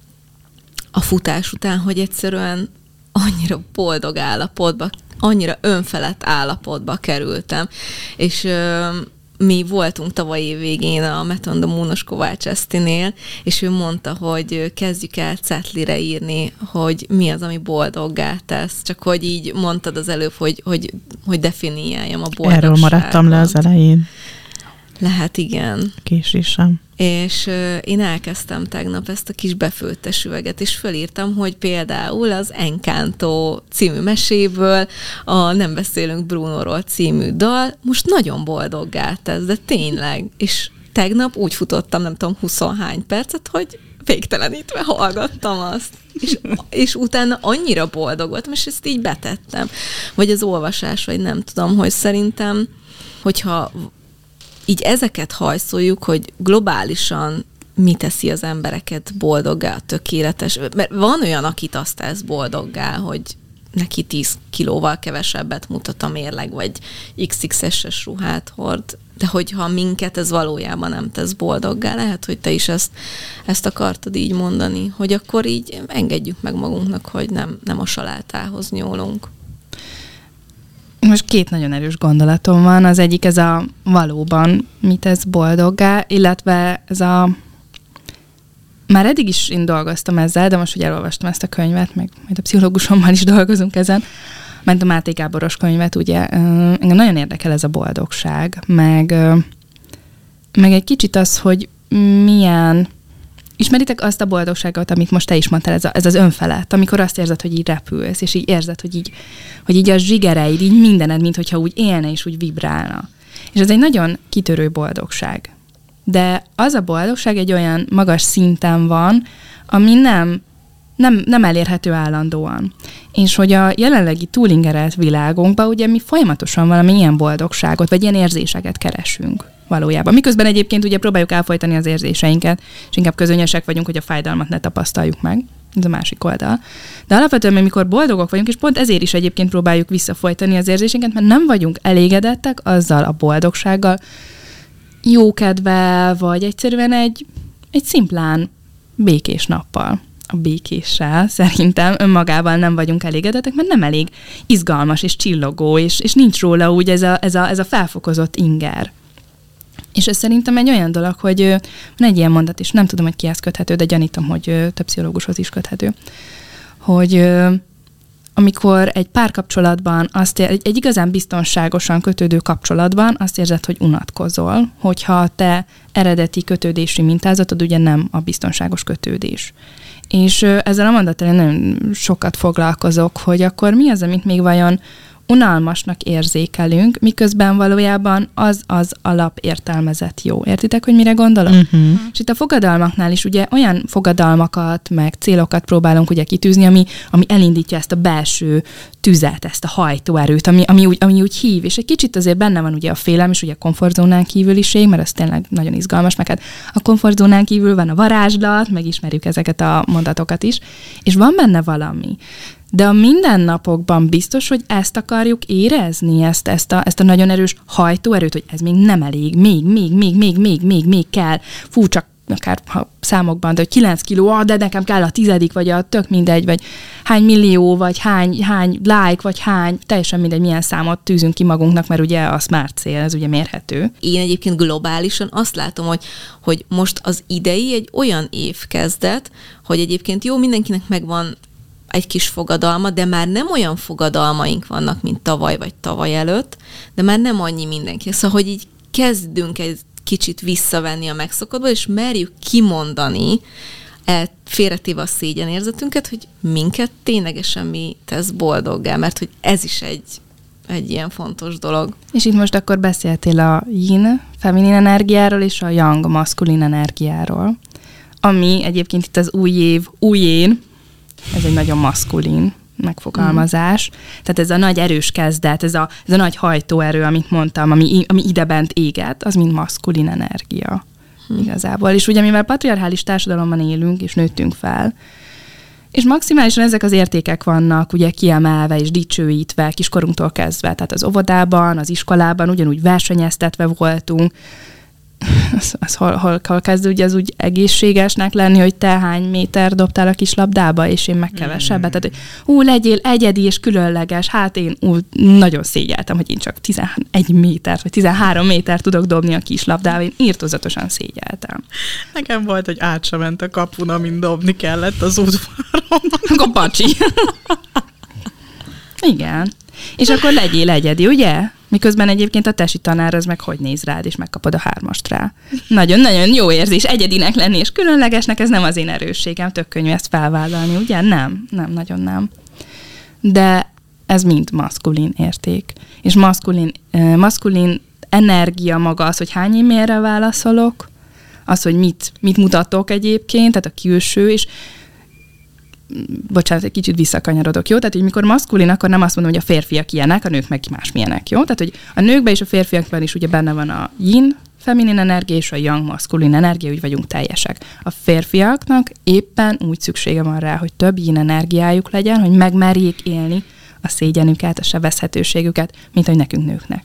[SPEAKER 4] a futás után, hogy egyszerűen annyira boldog állapotba, annyira önfelett állapotba kerültem, és mi voltunk tavaly év végén a Meton Domúnos Kovács Esztinél, és ő mondta, hogy kezdjük el cetlire írni, hogy mi az, ami boldoggá tesz. Csak hogy így mondtad az előbb, hogy definiáljam a boldogságot. Erről
[SPEAKER 7] maradtam le az elején.
[SPEAKER 4] Lehet, igen.
[SPEAKER 7] Késésem.
[SPEAKER 4] És én elkezdtem tegnap ezt a kis befőttes üveget, és fölírtam, hogy például az Encanto című meséből a Nem beszélünk Brunóról című dal most nagyon boldoggá tesz, de tényleg. És tegnap úgy futottam, nem tudom, 20 hány percet, hogy végtelenítve hallgattam azt. És utána annyira boldog voltam, és ezt így betettem. Vagy az olvasás, vagy nem tudom, hogy szerintem, hogyha így ezeket hajszoljuk, hogy globálisan mi teszi az embereket boldoggá, tökéletes. Mert van olyan, akit azt tesz boldoggá, hogy neki 10 kilóval kevesebbet mutat a mérleg, vagy XXS-es ruhát hord. De hogyha minket ez valójában nem tesz boldoggá, lehet, hogy te is ezt akartad így mondani, hogy akkor így engedjük meg magunknak, hogy nem a salátához nyúlunk.
[SPEAKER 3] Most 2 nagyon erős gondolatom van. Az egyik ez a valóban mit tesz boldoggá, illetve ez a... Már eddig is én dolgoztam ezzel, de most, hogy elolvastam ezt a könyvet, meg majd a pszichológusommal is dolgozunk ezen, mert a Máté Gáboros könyvet, ugye, engem nagyon érdekel ez a boldogság, meg egy kicsit az, hogy milyen... Ismeritek azt a boldogságot, amit most te is mondtál, ez az önfelett, amikor azt érzed, hogy így repülsz, és így érzed, hogy így a zsigereid, így mindened, mintha úgy élne és úgy vibrálna. És ez egy nagyon kitörő boldogság. De az a boldogság egy olyan magas szinten van, ami nem elérhető állandóan. És hogy a jelenlegi túlingerelt világunkban ugye mi folyamatosan valami ilyen boldogságot, vagy ilyen érzéseket keresünk valójában. Miközben egyébként ugye próbáljuk elfojtani az érzéseinket, és inkább közönyösek vagyunk, hogy a fájdalmat ne tapasztaljuk meg. Ez a másik oldal. De alapvetően, amikor boldogok vagyunk, és pont ezért is egyébként próbáljuk visszafolytani az érzéseinket, mert nem vagyunk elégedettek azzal a boldogsággal, jókedvel, vagy egyszerűen egy szimplán békés nappal. A békéssel szerintem önmagával nem vagyunk elégedettek, mert nem elég izgalmas és csillogó, és nincs róla úgy ez a felfokozott inger. És ez szerintem egy olyan dolog, hogy van egy ilyen mondat, és nem tudom, hogy kihez köthető, de gyanítom, hogy több pszichológushoz is köthető, hogy amikor egy párkapcsolatban, egy igazán biztonságosan kötődő kapcsolatban azt érzed, hogy unatkozol, hogyha te eredeti kötődési mintázatod ugye nem a biztonságos kötődés. És ezzel a mondattal én nagyon sokat foglalkozok, hogy akkor mi az, amit még vajon unalmasnak érzékelünk, miközben valójában az alapértelmezett jó. Értitek, hogy mire gondolok? És itt a fogadalmaknál is ugye olyan fogadalmakat, meg célokat próbálunk ugye kitűzni, ami elindítja ezt a belső tüzet, ezt a hajtóerőt, ami úgy hív, és egy kicsit azért benne van ugye a félelem, és ugye a komfortzónán kívüliség, mert az tényleg nagyon izgalmas, meg hát a komfortzónán kívül van a varázslat, megismerjük ezeket a mondatokat is, és van benne valami. De a mindennapokban biztos, hogy ezt akarjuk érezni, ezt a nagyon erős hajtóerőt, hogy ez még nem elég, még kell. Fú, csak akár ha számokban, de hogy 9 kiló, de nekem kell a 10, vagy a tök mindegy, vagy hány millió, vagy hány like, vagy teljesen mindegy, milyen számot tűzünk ki magunknak, mert ugye a smart cél, ez ugye mérhető.
[SPEAKER 4] Én egyébként globálisan azt látom, hogy most az idei egy olyan évkezdet, hogy egyébként jó, mindenkinek megvan egy kis fogadalma, de már nem olyan fogadalmaink vannak, mint tavaly vagy tavaly előtt, de már nem annyi mindenki. Szóval, hogy így kezdünk egy kicsit visszavenni a megszokottból, és merjük kimondani, félretéve a szégyenérzetünket, hogy minket ténylegesen mi tesz boldoggá, mert hogy ez is egy ilyen fontos dolog.
[SPEAKER 3] És itt most akkor beszéltél a yin, feminin energiáról, és a yang, maszkulin energiáról, ami egyébként itt az új év, új én, ez egy nagyon maszkulin megfogalmazás. Tehát ez a nagy erős kezdet, ez a nagy hajtóerő, amit mondtam, ami idebent éget, az mind maszkulin energia igazából. És ugye mivel patriarchális társadalomban élünk, és nőttünk fel, és maximálisan ezek az értékek vannak ugye kiemelve és dicsőítve kiskorunktól kezdve. Tehát az óvodában, az iskolában ugyanúgy versenyeztetve voltunk. Az hol kezd ugye az úgy egészségesnek lenni, hogy te hány méter dobtál a kis labdába, és én meg kevesebbet. Tehát, hogy legyél egyedi és különleges. Hát én nagyon szégyeltem, hogy én csak 11 métert, vagy 13 métert tudok dobni a kis labdába. Én írtózatosan szégyeltem.
[SPEAKER 7] Nekem volt, hogy át sem ment a kapun, amin dobni kellett az udvaron.
[SPEAKER 3] Akkor pacsi. Igen. És akkor legyél egyedi, ugye? Miközben egyébként a tesi tanár az meg hogy néz rád, és megkapod a 3-ast rá. Nagyon-nagyon jó érzés egyedinek lenni, és különlegesnek, ez nem az én erősségem, tök könnyű ezt felvállalni, ugye? Nem, nagyon nem. De ez mind maszkulin érték. És maszkulin energia maga az, hogy hány e-mailre válaszolok, az, hogy mit mutatok egyébként, tehát a külső, és bocsánat, egy kicsit visszakanyarodok, jó? Tehát, hogy mikor maszkulin, akkor nem azt mondom, hogy a férfiak ilyenek, a nők meg másmilyenek, jó? Tehát, hogy a nőkben és a férfiakban is ugye benne van a yin, feminin energia, és a yang, maszkulin energia, úgy vagyunk teljesek. A férfiaknak éppen úgy szüksége van rá, hogy több yin energiájuk legyen, hogy megmerjék élni a szégyenüket, a sebezhetőségüket, mint hogy nekünk nőknek.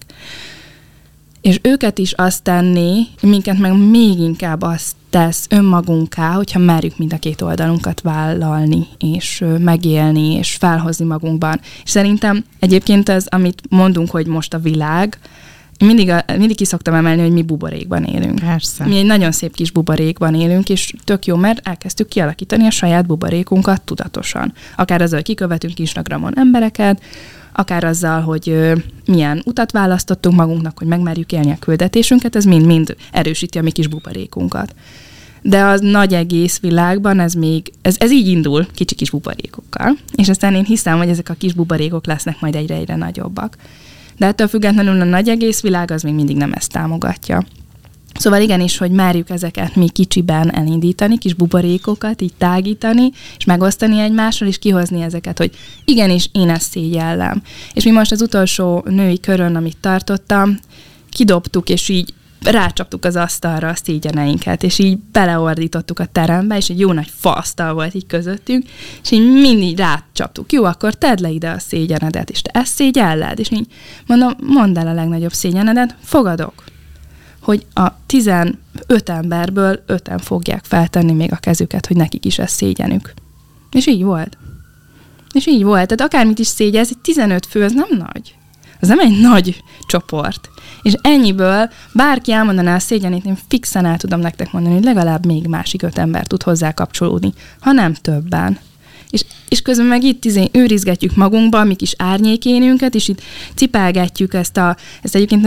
[SPEAKER 3] És őket is azt tenni, minket meg még inkább azt tesz önmagunká, hogyha merjük mind a két oldalunkat vállalni, és megélni, és felhozni magunkban. És szerintem egyébként ez, amit mondunk, hogy most a világ, mindig ki szoktam emelni, hogy mi buborékban élünk.
[SPEAKER 7] Persze.
[SPEAKER 3] Mi egy nagyon szép kis buborékban élünk, és tök jó, mert elkezdtük kialakítani a saját buborékunkat tudatosan. Akár azzal, hogy kikövetünk Instagramon embereket, akár azzal, hogy milyen utat választottunk magunknak, hogy megmerjük élni a küldetésünket, ez mind-mind erősíti a mi kis buborékunkat. De az nagy egész világban ez így indul kicsi kis buborékokkal, és aztán én hiszem, hogy ezek a kis buborékok lesznek majd egyre nagyobbak. De ettől függetlenül a nagy egész világ az még mindig nem ezt támogatja. Szóval igenis, hogy merjük ezeket mi kicsiben elindítani, kis buborékokat, így tágítani, és megosztani egymással, és kihozni ezeket, hogy igenis, én ezt szégyellem. És mi most az utolsó női körön, amit tartottam, kidobtuk, és így rácsaptuk az asztalra a szégyeneinket, és így beleordítottuk a terembe, és egy jó nagy faasztal volt így közöttünk, és így mindig rácsaptuk. Jó, akkor tedd le ide a szégyenedet, és te ezt szégyelled, és így mondom, mondd el a legnagyobb szégyenedet, fogadok, hogy a 15 emberből 5-en fogják feltenni még a kezüket, hogy nekik is ez szégyenük. És így volt. Tehát akármit is szégyelsz, egy 15 fő, az nem nagy. Az nem egy nagy csoport. És ennyiből bárki elmondaná a szégyenét, én fixen el tudom nektek mondani, hogy legalább még másik 5 ember tud hozzá kapcsolódni, ha nem többen. És közben meg itt őrizgetjük magunkba a mi kis árnyékénünket, és itt cipelgetjük ezt egyébként egy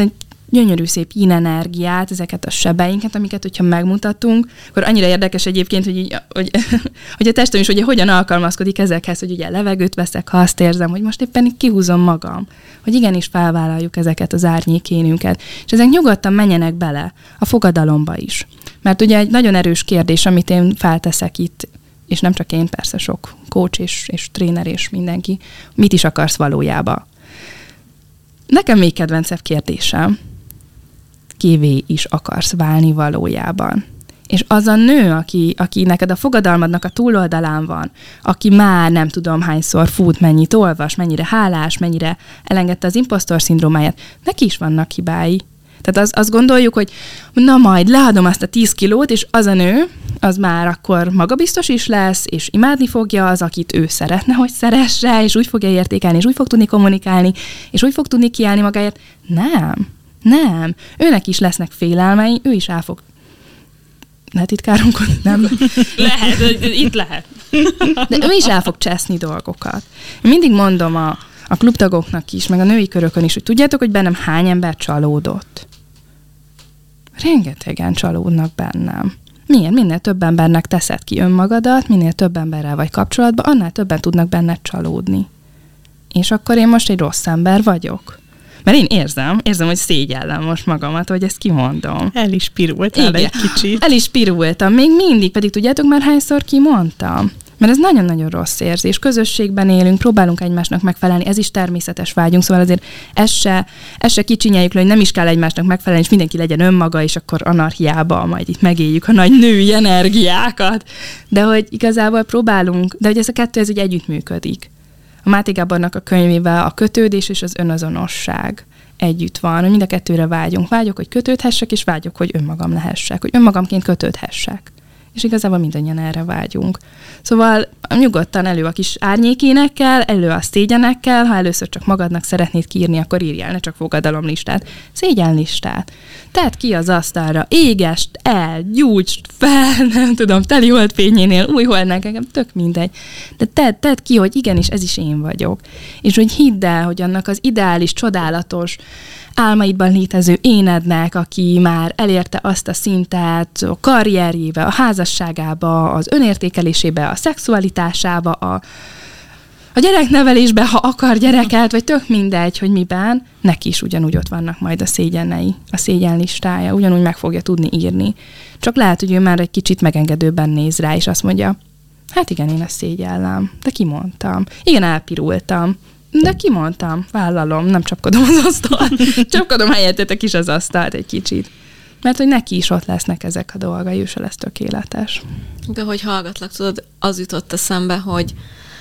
[SPEAKER 3] gyönyörű szép yin-energiát, ezeket a sebeinket, amiket, hogyha megmutatunk, akkor annyira érdekes egyébként, hogy a testem is ugye hogyan alkalmazkodik ezekhez, hogy ugye levegőt veszek, ha azt érzem, hogy most éppen kihúzom magam, hogy igenis felvállaljuk ezeket az árnyékénünket, és ezek nyugodtan menjenek bele a fogadalomba is. Mert ugye egy nagyon erős kérdés, amit én felteszek itt, és nem csak én, persze sok coach és tréner és mindenki, mit is akarsz valójában? Nekem még kedvencebb kérdésem, kivé is akarsz válni valójában? És az a nő, aki neked a fogadalmadnak a túloldalán van, aki már nem tudom hányszor fut, mennyit olvas, mennyire hálás, mennyire elengedte az imposztor szindrómáját, neki is vannak hibái. Tehát azt gondoljuk, hogy na majd leadom azt a 10 kilót, és az a nő, az már akkor magabiztos is lesz, és imádni fogja az, akit ő szeretne, hogy szeresse, és úgy fogja értékelni, és úgy fog tudni kommunikálni, és úgy fog tudni kiállni magáért. Nem. Őnek is lesznek félelmei, ő is el fog... Lehet itt káromkodni? Nem.
[SPEAKER 8] Lehet, itt lehet.
[SPEAKER 3] De ő is el fog cseszni dolgokat. Én mindig mondom a klubtagoknak is, meg a női körökön is, hogy tudjátok, hogy bennem hány ember csalódott? Rengetegen csalódnak bennem. Miért? Minél több embernek teszed ki önmagadat, minél több emberrel vagy kapcsolatban, annál többen tudnak benned csalódni. És akkor én most egy rossz ember vagyok. Mert én érzem, hogy szégyellem most magamat, hogy ezt kimondom.
[SPEAKER 7] El is pirultál egy kicsit.
[SPEAKER 3] El is pirultam, még mindig, pedig tudjátok már hányszor kimondtam? Mert ez nagyon-nagyon rossz érzés. Közösségben élünk, próbálunk egymásnak megfelelni, ez is természetes vágyunk, szóval azért ezt se kicsinyeljük le, hogy nem is kell egymásnak megfelelni, és mindenki legyen önmaga, és akkor anarchiába majd itt megéljük a nagy női energiákat. De hogy igazából próbálunk, de hogy ez a kettő, ez úgy együttműködik. A Máté Gábornak a könyvével a kötődés és az önazonosság együtt van, hogy mind a kettőre vágyunk. Vágyok, hogy kötődhessek, és vágyok, hogy önmagam lehessek, hogy önmagamként kötődhessek. És igazából mindannyian erre vágyunk. Szóval nyugodtan elő a kis árnyékénekkel, elő a szégyenekkel, ha először csak magadnak szeretnéd kiírni, akkor írj el, ne csak fogadalomlistát, szégyenlistát. Tedd ki az asztalra, égest el, gyújtsd fel, nem tudom, teli holdfényénél, új holdnál, nekem tök mindegy. De tedd ki, hogy igenis, ez is én vagyok. És hogy hidd el, hogy annak az ideális, csodálatos, álmaidban létező énednek, aki már elérte azt a szintet a karrierjébe, a házasságába, az önértékelésébe, a szexualitásába, a gyereknevelésbe, ha akar gyereket, vagy tök mindegy, hogy miben, neki is ugyanúgy ott vannak majd a szégyenei, a szégyenlistája, ugyanúgy meg fogja tudni írni. Csak lehet, hogy ő már egy kicsit megengedőben néz rá, és azt mondja, hát igen, én ezt szégyellem, de kimondtam. Igen, elpirultam. De kimondtam, vállalom, nem csapkodom az asztalt. Csapkodom helyettetek is az asztalt egy kicsit. Mert hogy neki is ott lesznek ezek a dolgai, ő se lesz tökéletes.
[SPEAKER 4] De hogy hallgatlak, tudod, az jutott eszembe, hogy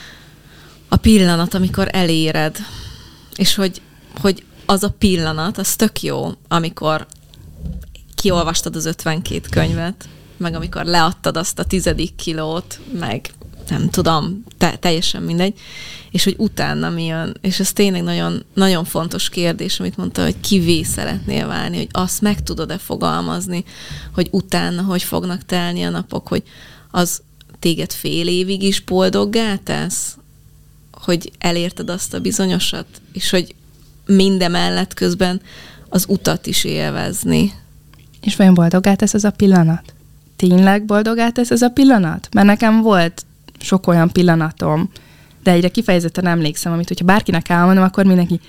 [SPEAKER 4] a pillanat, amikor eléred, és hogy az a pillanat, az tök jó, amikor kiolvastad az 52 könyvet, meg amikor leadtad azt a 10. kilót, meg nem tudom, teljesen mindegy, és hogy utána mi jön. És ez tényleg nagyon, nagyon fontos kérdés, amit mondta, hogy kivé szeretnél válni, hogy azt meg tudod-e fogalmazni, hogy utána hogy fognak telni a napok, hogy az téged fél évig is boldoggá tesz, hogy elérted azt a bizonyosat, és hogy mindemellett közben az utat is élvezni.
[SPEAKER 3] És vajon boldoggá tesz ez a pillanat? Tényleg boldoggá tesz ez a pillanat? Mert nekem volt sok olyan pillanatom, de egyre kifejezetten emlékszem, amit hogyha bárkinek elmondom, akkor mindenki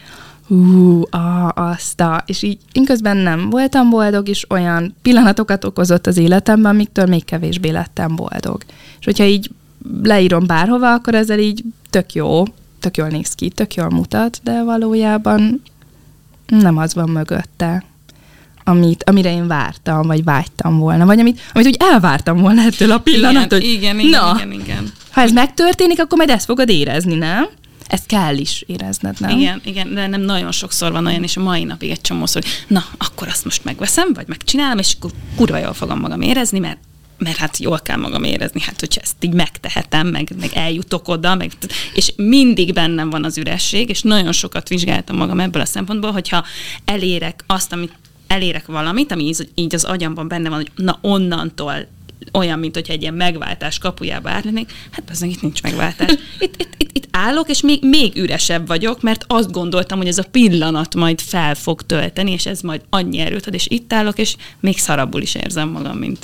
[SPEAKER 3] és így én közben nem voltam boldog, és olyan pillanatokat okozott az életemben, amiktől még kevésbé lettem boldog. És hogyha így leírom bárhova, akkor ezzel így tök jól néz ki, tök jól mutat, de valójában nem az van mögötte, amire én vártam, vagy vágytam volna, vagy amit úgy elvártam volna ettől a pillanattól.
[SPEAKER 8] Igen.
[SPEAKER 3] Ha ez megtörténik, akkor majd ezt fogod érezni, nem? Ezt kell is érezned, nem?
[SPEAKER 8] Igen, de nem nagyon sokszor van olyan, és a mai napig egy csomószor, hogy na, akkor azt most megveszem, vagy megcsinálom, és akkor kurva jól fogom magam érezni, mert hát jól kell magam érezni, hát hogyha ezt így megtehetem, meg eljutok oda, és mindig bennem van az üresség, és nagyon sokat vizsgáltam magam ebből a szempontból, hogyha elérek azt, amit elérek valamit, ami így az agyamban benne van, hogy na onnantól olyan, mint hogyha egy ilyen megváltás kapujába átlennék, hát azon itt nincs megváltás. Itt állok, és még üresebb vagyok, mert azt gondoltam, hogy ez a pillanat majd fel fog tölteni, és ez majd annyi erőt ad, és itt állok, és még szarabbul is érzem magam, mint...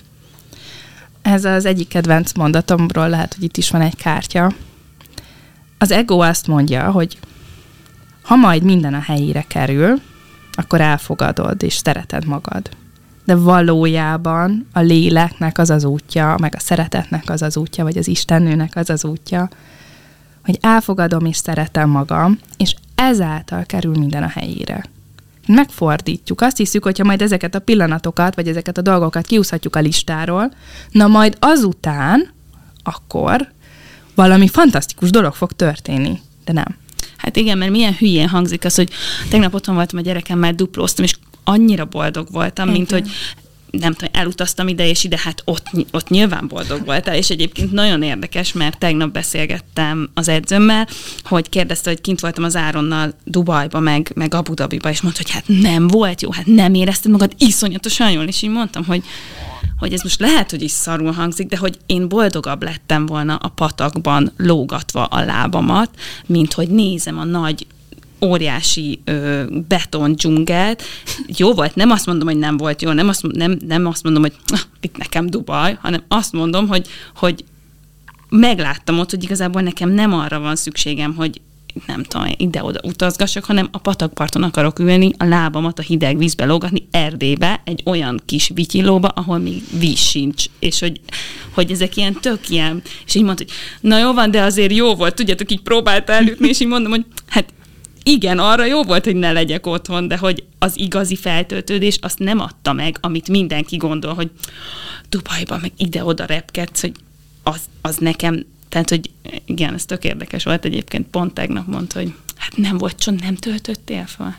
[SPEAKER 3] Ez az egyik kedvenc mondatomról lehet, hogy itt is van egy kártya. Az ego azt mondja, hogy ha majd minden a helyére kerül, akkor elfogadod és szereted magad. De valójában a léleknek az az útja, meg a szeretetnek az az útja, vagy az istennőnek az az útja, hogy elfogadom és szeretem magam, és ezáltal kerül minden a helyére. Megfordítjuk. Azt hiszük, hogyha majd ezeket a pillanatokat, vagy ezeket a dolgokat kiúszhatjuk a listáról, na majd azután, akkor valami fantasztikus dolog fog történni. De nem.
[SPEAKER 8] Hát igen, mert milyen hülyén hangzik az, hogy tegnap otthon voltam a gyerekemmel, duplóztam, és annyira boldog voltam, mint hogy nem tudom, elutaztam ide és ide, hát ott nyilván boldog voltál, és egyébként nagyon érdekes, mert tegnap beszélgettem az edzőmmel, hogy kérdezte, hogy kint voltam az Áronnal Dubajba, meg Abu Dhabiba, és mondta, hogy hát nem volt jó, hát nem érezted magad iszonyatosan jól, és így mondtam, hogy ez most lehet, hogy is szarul hangzik, de hogy én boldogabb lettem volna a patakban lógatva a lábamat, mint hogy nézem a nagy óriási beton dzsungelt. Jó volt, nem azt mondom, hogy nem volt jó, nem azt mondom, hogy itt nekem Dubaj, hanem azt mondom, hogy megláttam ott, hogy igazából nekem nem arra van szükségem, hogy nem tudom, ide-oda utazgassak, hanem a patakparton akarok ülni, a lábamat a hideg vízbe lógatni, Erdélybe, egy olyan kis vityilóba, ahol még víz sincs, és hogy ezek ilyen tök ilyen, és így mondta, hogy na jó van, de azért jó volt, tudjátok, így próbálta elütni, és így mondom, hogy hát igen, arra jó volt, hogy ne legyek otthon, de hogy az igazi feltöltődés azt nem adta meg, amit mindenki gondol, hogy Dubajban meg ide-oda repkedsz, hogy az nekem, tehát, hogy igen, ez tök érdekes volt egyébként, pont tegnap mondta, hogy hát nem volt, csak nem töltöttél fel.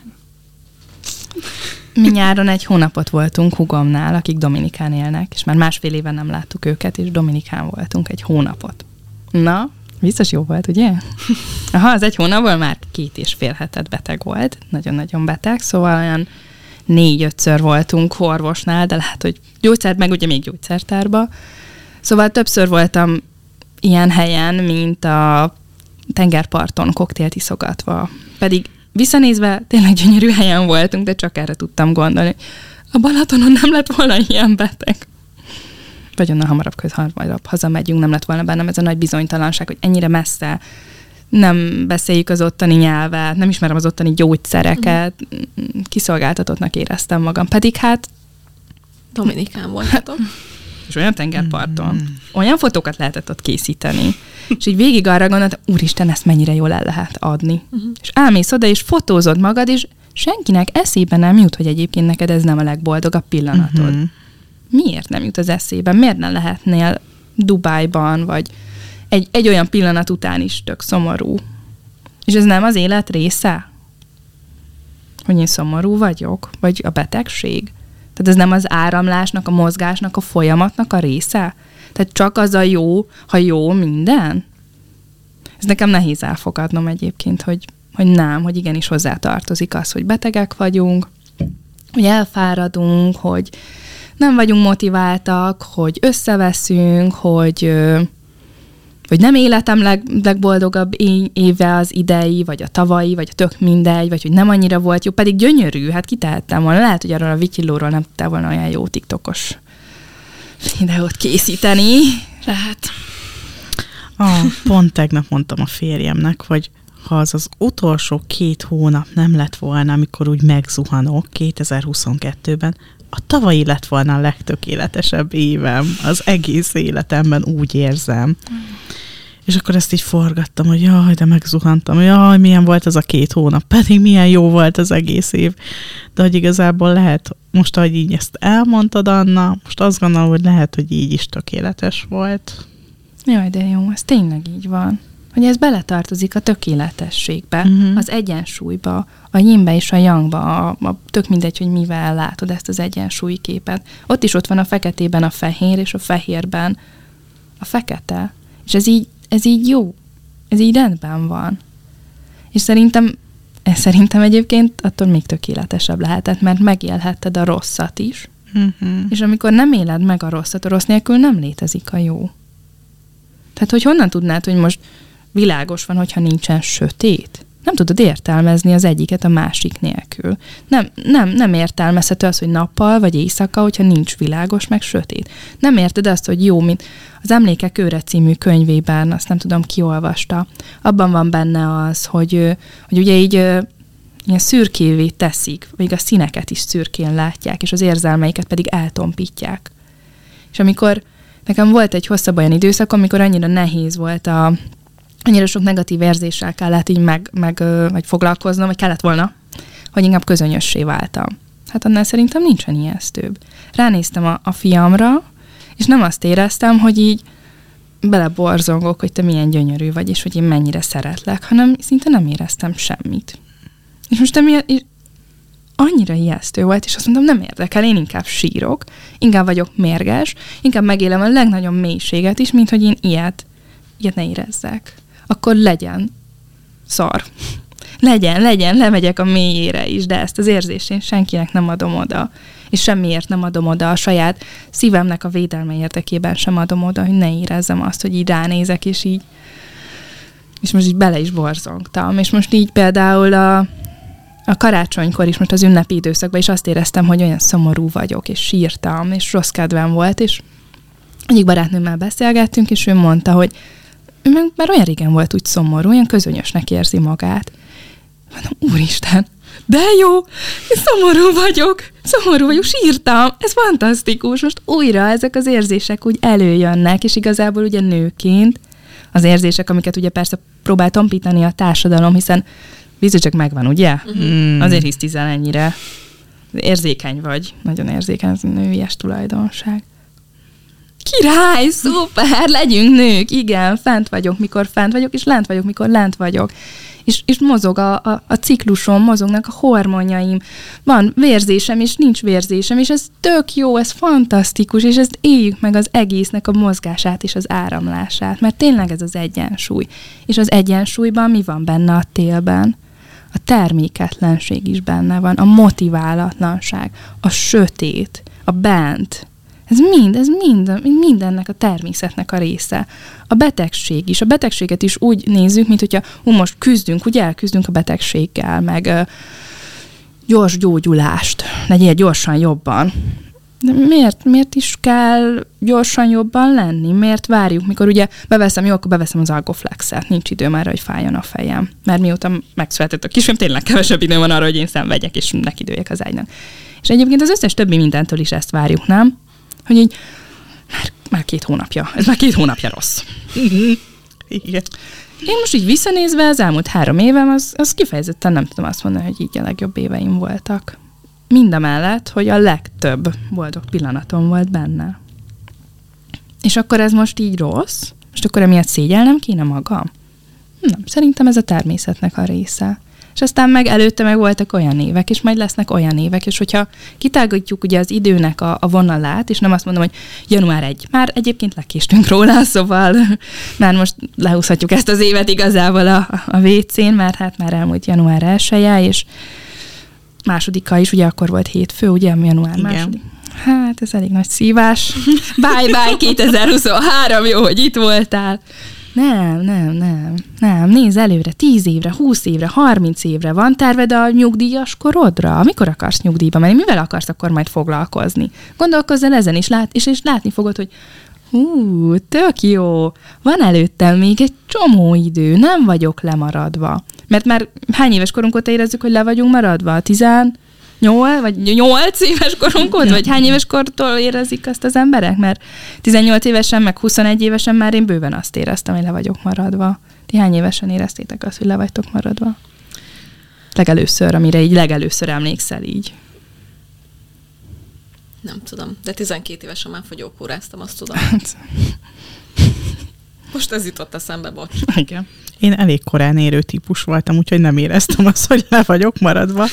[SPEAKER 3] Mi nyáron egy hónapot voltunk hugomnál, akik Dominikán élnek, és már 1,5 éve nem láttuk őket, és Dominikán voltunk egy hónapot. Na, biztos jó volt, ugye? Aha, az egy hónapból már 2,5 hetet beteg volt, nagyon-nagyon beteg, szóval olyan 4-5-ször voltunk orvosnál, de lehet, hogy gyógyszert, meg ugye még gyógyszertárba. Szóval többször voltam ilyen helyen, mint a tengerparton koktélt iszogatva. Pedig visszanézve tényleg gyönyörű helyen voltunk, de csak erre tudtam gondolni. A Balatonon nem lett volna ilyen beteg. Vagy onnan hamarabb hazamegyünk, nem lett volna bennem ez a nagy bizonytalanság, hogy ennyire messze nem beszéljük az ottani nyelvet, nem ismerem az ottani gyógyszereket, kiszolgáltatottnak éreztem magam. Pedig hát
[SPEAKER 4] Dominikán voltatok.
[SPEAKER 3] És olyan tengerparton. Olyan fotókat lehetett ott készíteni. És így végig arra gondoltam, úristen, ezt mennyire jól el lehet adni. És elmész oda, és fotózod magad, és senkinek eszébe nem jut, hogy egyébként neked ez nem a legboldogabb pillanatod. Miért nem jut az eszébe? Miért nem lehetnél Dubájban, vagy egy olyan pillanat után is tök szomorú? És ez nem az élet része? Hogy én szomorú vagyok? Vagy a betegség? Tehát ez nem az áramlásnak, a mozgásnak, a folyamatnak a része? Tehát csak az a jó, ha jó minden? Ez nekem nehéz elfogadnom egyébként, hogy nem, hogy igenis hozzátartozik az, hogy betegek vagyunk, hogy elfáradunk, hogy nem vagyunk motiváltak, hogy összeveszünk, hogy nem életem legboldogabb éve az idei, vagy a tavalyi, vagy a tök mindegy, vagy hogy nem annyira volt jó, pedig gyönyörű, hát kitehettem volna. Lehet, hogy arról a vityillóról nem tudtál volna olyan jó TikTokos videót készíteni. Tehát...
[SPEAKER 7] Pont tegnap mondtam a férjemnek, hogy ha az utolsó 2 hónap nem lett volna, amikor úgy megzuhanok 2022-ben, a tavalyi lett volna a legtökéletesebb évem. Az egész életemben úgy érzem. És akkor ezt így forgattam, hogy jaj, de megzuhantam, jaj, milyen volt az a 2 hónap, pedig milyen jó volt az egész év. De hogy igazából lehet, most ahogy így ezt elmondtad, Anna, most azt gondolom, hogy lehet, hogy így is tökéletes volt.
[SPEAKER 3] Jaj, de jó, ez tényleg így van. Hogy ez beletartozik a tökéletességbe, az egyensúlyba, a yinbe és a yangba, a tök mindegy, hogy mivel látod ezt az egyensúlyi képet. Ott is ott van a feketében a fehér, és a fehérben a fekete. És ez így jó. Ez így rendben van. És szerintem egyébként attól még tökéletesebb lehetett, mert megélhetted a rosszat is, És amikor nem éled meg a rosszat, a rossz nélkül nem létezik a jó. Tehát, hogy honnan tudnád, hogy most világos van, hogyha nincsen sötét? Nem tudod értelmezni az egyiket a másik nélkül. Nem értelmezhető az, hogy nappal vagy éjszaka, hogyha nincs világos, meg sötét. Nem érted azt, hogy jó, mint az Emlékek őre című könyvében, azt nem tudom, ki olvasta. Abban van benne az, hogy ugye így ilyen szürkévé teszik, vagy a színeket is szürkén látják, és az érzelmeiket pedig eltompítják. És amikor nekem volt egy hosszabb olyan időszak, amikor annyira nehéz volt annyira sok negatív érzéssel kellett így vagy foglalkoznom, vagy kellett volna, hogy inkább közönyössé váltam. Hát annál szerintem nincsen ijesztőbb. Ránéztem a fiamra, és nem azt éreztem, hogy így beleborzongok, hogy te milyen gyönyörű vagy, és hogy én mennyire szeretlek, hanem szinte nem éreztem semmit. És most annyira ijesztő volt, és azt mondtam, nem érdekel, én inkább sírok, inkább vagyok mérges, inkább megélem a legnagyobb mélységet is, mint hogy én ilyet ne érezzek. Akkor legyen szar. Legyen, lemegyek a mélyére is, de ezt az érzést én senkinek nem adom oda. És semmiért nem adom oda, a saját szívemnek a védelme érdekében sem adom oda, hogy ne érezzem azt, hogy így ránézek, és most így bele is borzongtam. És most így például a karácsonykor is, most az ünnepi időszakban is azt éreztem, hogy olyan szomorú vagyok, és sírtam, és rossz kedvem volt, és egyik barátnőmmel beszélgettünk, és ő mondta, hogy ő meg már olyan régen volt úgy szomorú, olyan közönyösnek érzi magát. Mondom, úristen, de jó, szomorú vagyok, sírtam, ez fantasztikus, most újra ezek az érzések úgy előjönnek, és igazából ugye nőként az érzések, amiket ugye persze próbál tompítani a társadalom, hiszen vízű csak megvan, ugye? Azért hisztizel ennyire. Érzékeny vagy, nagyon érzékeny, ez nőies tulajdonság. Király, szuper, legyünk nők, igen, fent vagyok, mikor fent vagyok, és lent vagyok, mikor lent vagyok. És mozog a ciklusom, mozognak a hormonjaim, van vérzésem, és nincs vérzésem, és ez tök jó, ez fantasztikus, és ezt éljük meg az egésznek a mozgását és az áramlását, mert tényleg ez az egyensúly. És az egyensúlyban mi van benne a télben? A terméketlenség is benne van, a motiválatlanság, a sötét, a bent. Ez mind mindennek a természetnek a része. A betegség is. A betegséget is úgy nézzük, mint hogyha most küzdünk, ugye elküzdünk a betegséggel, meg gyors gyógyulást, legyél gyorsan jobban. De miért is kell gyorsan jobban lenni? Miért várjuk, mikor ugye akkor beveszem az Algoflexet, nincs időm arra, hogy fájjon a fejem. Mert mióta megszületett a kisfiam, tényleg kevesebb idő van arra, hogy én szenvedjek, és nekidőjek az ágynak. És egyébként az összes többi mindentől is ezt várjuk, nem? Hogy így, már 2 hónapja, ez már 2 hónapja rossz. Igen. Én most így visszanézve, az elmúlt 3 évem, az kifejezetten nem tudom azt mondani, hogy így a legjobb éveim voltak. Mindamellett, hogy a legtöbb boldog pillanatom volt benne. És akkor ez most így rossz? Most akkor emiatt szégyelnem kéne magam? Nem, szerintem ez a természetnek a része. És aztán meg előtte meg voltak olyan évek, és majd lesznek olyan évek, és hogyha kitágítjuk ugye az időnek a vonalát, és nem azt mondom, hogy január 1, már egyébként lekéstünk róla, szóval már most lehúzhatjuk ezt az évet igazából a WC-n, mert hát már elmúlt január 1-je, és másodika is, ugye akkor volt hétfő, ugye, január második. Hát ez elég nagy szívás. Bye 2023, jó, hogy itt voltál. Nem. Nézz előre, 10 évre, 20 évre, 30 évre. Van terved a nyugdíjas korodra? Mikor akarsz nyugdíjba menni? Mivel akarsz akkor majd foglalkozni? Gondolkozz el ezen is, és látni fogod, hogy tök jó. Van előttem még egy csomó idő, nem vagyok lemaradva. Mert már hány éves korunk óta érezzük, hogy le vagyunk maradva? 18 vagy 8 éves korunk óta? Vagy hány éves kortól érezik azt az emberek? Mert 18 évesen, meg 21 évesen már én bőven azt éreztem, hogy le vagyok maradva. Ti hány évesen éreztétek azt, hogy le vagytok maradva? Legelőször, amire így legelőször emlékszel így.
[SPEAKER 4] Nem tudom, de 12 évesen már fogyókúráztam, azt tudom. Most ez jutott eszembe, bocs.
[SPEAKER 7] Igen. Én elég korán érő típus voltam, úgyhogy nem éreztem azt, hogy le vagyok maradva.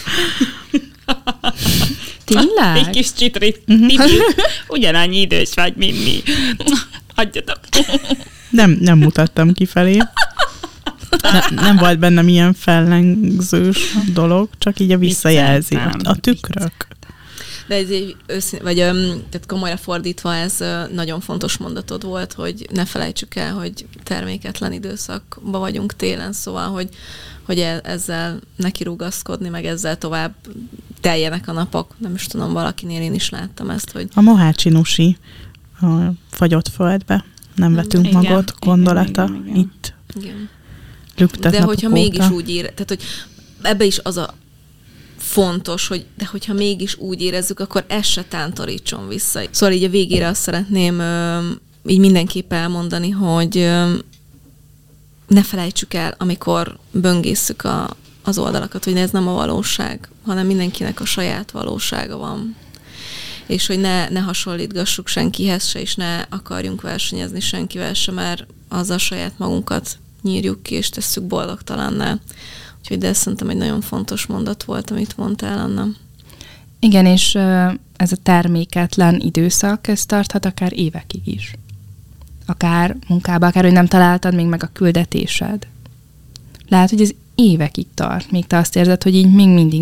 [SPEAKER 8] Tényleg? Egy kis csitrit. Ugyanannyi idős vagy, mint mi. Hagyjatok.
[SPEAKER 7] Nem mutattam kifelé. Nem volt bennem ilyen fellengzős dolog, csak így a visszajelzi. A tükrök.
[SPEAKER 4] De ez egy tehát komolyra fordítva, ez nagyon fontos mondatod volt, hogy ne felejtsük el, hogy terméketlen időszakban vagyunk télen, szóval, hogy ezzel nekirugaszkodni, meg ezzel tovább teljenek a napok. Nem is tudom, valakinél én is láttam ezt, hogy...
[SPEAKER 7] A Mohácsi Nusi a fagyott földbe nem vetünk magot gondolata
[SPEAKER 8] igen.
[SPEAKER 7] itt.
[SPEAKER 4] Igen.
[SPEAKER 7] Lüktet
[SPEAKER 4] de hogyha
[SPEAKER 7] óta.
[SPEAKER 4] mégis úgy tehát hogy ebbe is az a fontos, de hogyha mégis úgy érezzük, akkor ez se tántorítson vissza. Szóval így a végére azt szeretném így mindenképp elmondani, hogy ne felejtsük el, amikor böngészük az oldalakat, hogy ez nem a valóság, hanem mindenkinek a saját valósága van. És hogy ne hasonlítgassuk senkihez se, és ne akarjunk versenyezni senkivel se, mert azzal saját magunkat nyírjuk ki, és tesszük boldogtalanná. Úgyhogy de szerintem egy nagyon fontos mondat volt, amit mondtál, Anna.
[SPEAKER 3] Igen, és ez a terméketlen időszak, ez tarthat akár évekig is. Akár munkába, akár, hogy nem találtad még meg a küldetésed. Lehet, hogy ez évekig tart, még te azt érzed, hogy így még mindig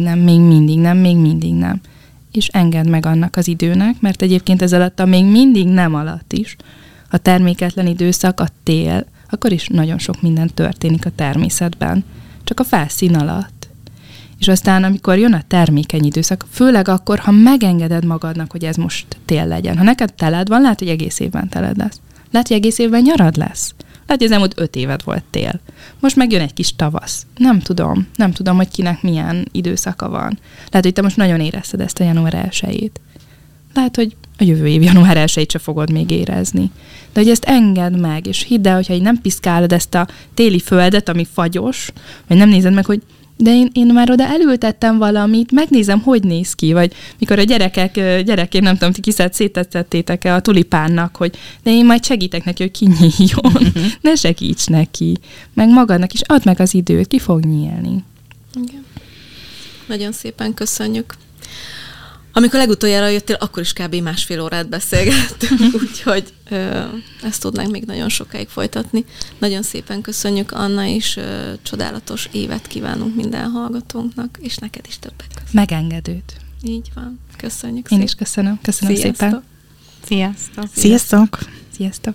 [SPEAKER 3] nem. És engedd meg annak az időnek, mert egyébként ez alatt a még mindig nem alatt is, a terméketlen időszak, a tél, akkor is nagyon sok minden történik a természetben, csak a felszín alatt. És aztán, amikor jön a termékeny időszak, főleg akkor, ha megengeded magadnak, hogy ez most tél legyen. Ha neked teled van, lehet, hogy egész évben teled lesz. Lehet, hogy egész évben nyarad lesz. Lehet, hogy az elmúlt 5 évad volt tél. Most megjön egy kis tavasz. Nem tudom, hogy kinek milyen időszaka van. Lehet, hogy te most nagyon érezted ezt a január 1-ét. Lehet, hogy a jövő év január 1-ét se fogod még érezni. De hogy ezt engedd meg, és hidd el, hogyha így nem piszkálod ezt a téli földet, ami fagyos, vagy nem nézed meg, hogy de én már oda elültettem valamit, megnézem, hogy néz ki, vagy mikor a gyerekén, nem tudom, ti széttettétek-e a tulipánnak, hogy de én majd segítek neki, hogy kinyíljon. Ne segíts neki. Meg magadnak is add meg az időt, ki fog nyílni.
[SPEAKER 4] Igen. Nagyon szépen köszönjük. Amikor legutoljára jöttél, akkor is kb. 1,5 órát beszélgettünk, úgyhogy ezt tudnánk még nagyon sokáig folytatni. Nagyon szépen köszönjük, Anna, és csodálatos évet kívánunk minden hallgatónknak, és neked is többek között.
[SPEAKER 3] Megengedőt.
[SPEAKER 4] Így van. Köszönjük
[SPEAKER 3] szépen. Én is köszönöm. Köszönöm szépen.
[SPEAKER 8] Sziasztok.
[SPEAKER 7] Sziasztok.
[SPEAKER 3] Sziasztok.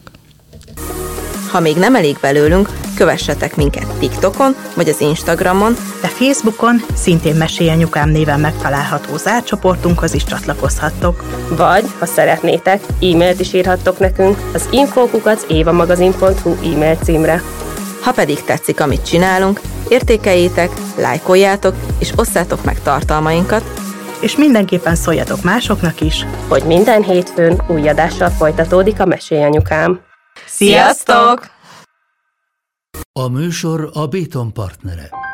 [SPEAKER 5] Ha még nem elég belőlünk, kövessetek minket TikTokon vagy az Instagramon,
[SPEAKER 6] de Facebookon szintén Mesélj Anyukám néven megtalálható zárt csoportunkhoz is csatlakozhattok.
[SPEAKER 5] vagy, ha szeretnétek, e-mailt is írhattok nekünk az info@évamagazin.hu e-mail címre. Ha pedig tetszik, amit csinálunk, értékeljétek, lájkoljátok és osszátok meg tartalmainkat,
[SPEAKER 6] És mindenképpen szóljatok másoknak is,
[SPEAKER 5] hogy minden hétfőn új adással folytatódik a Mesélj Anyukám.
[SPEAKER 6] Sziasztok!
[SPEAKER 1] A műsor a Béton partnere.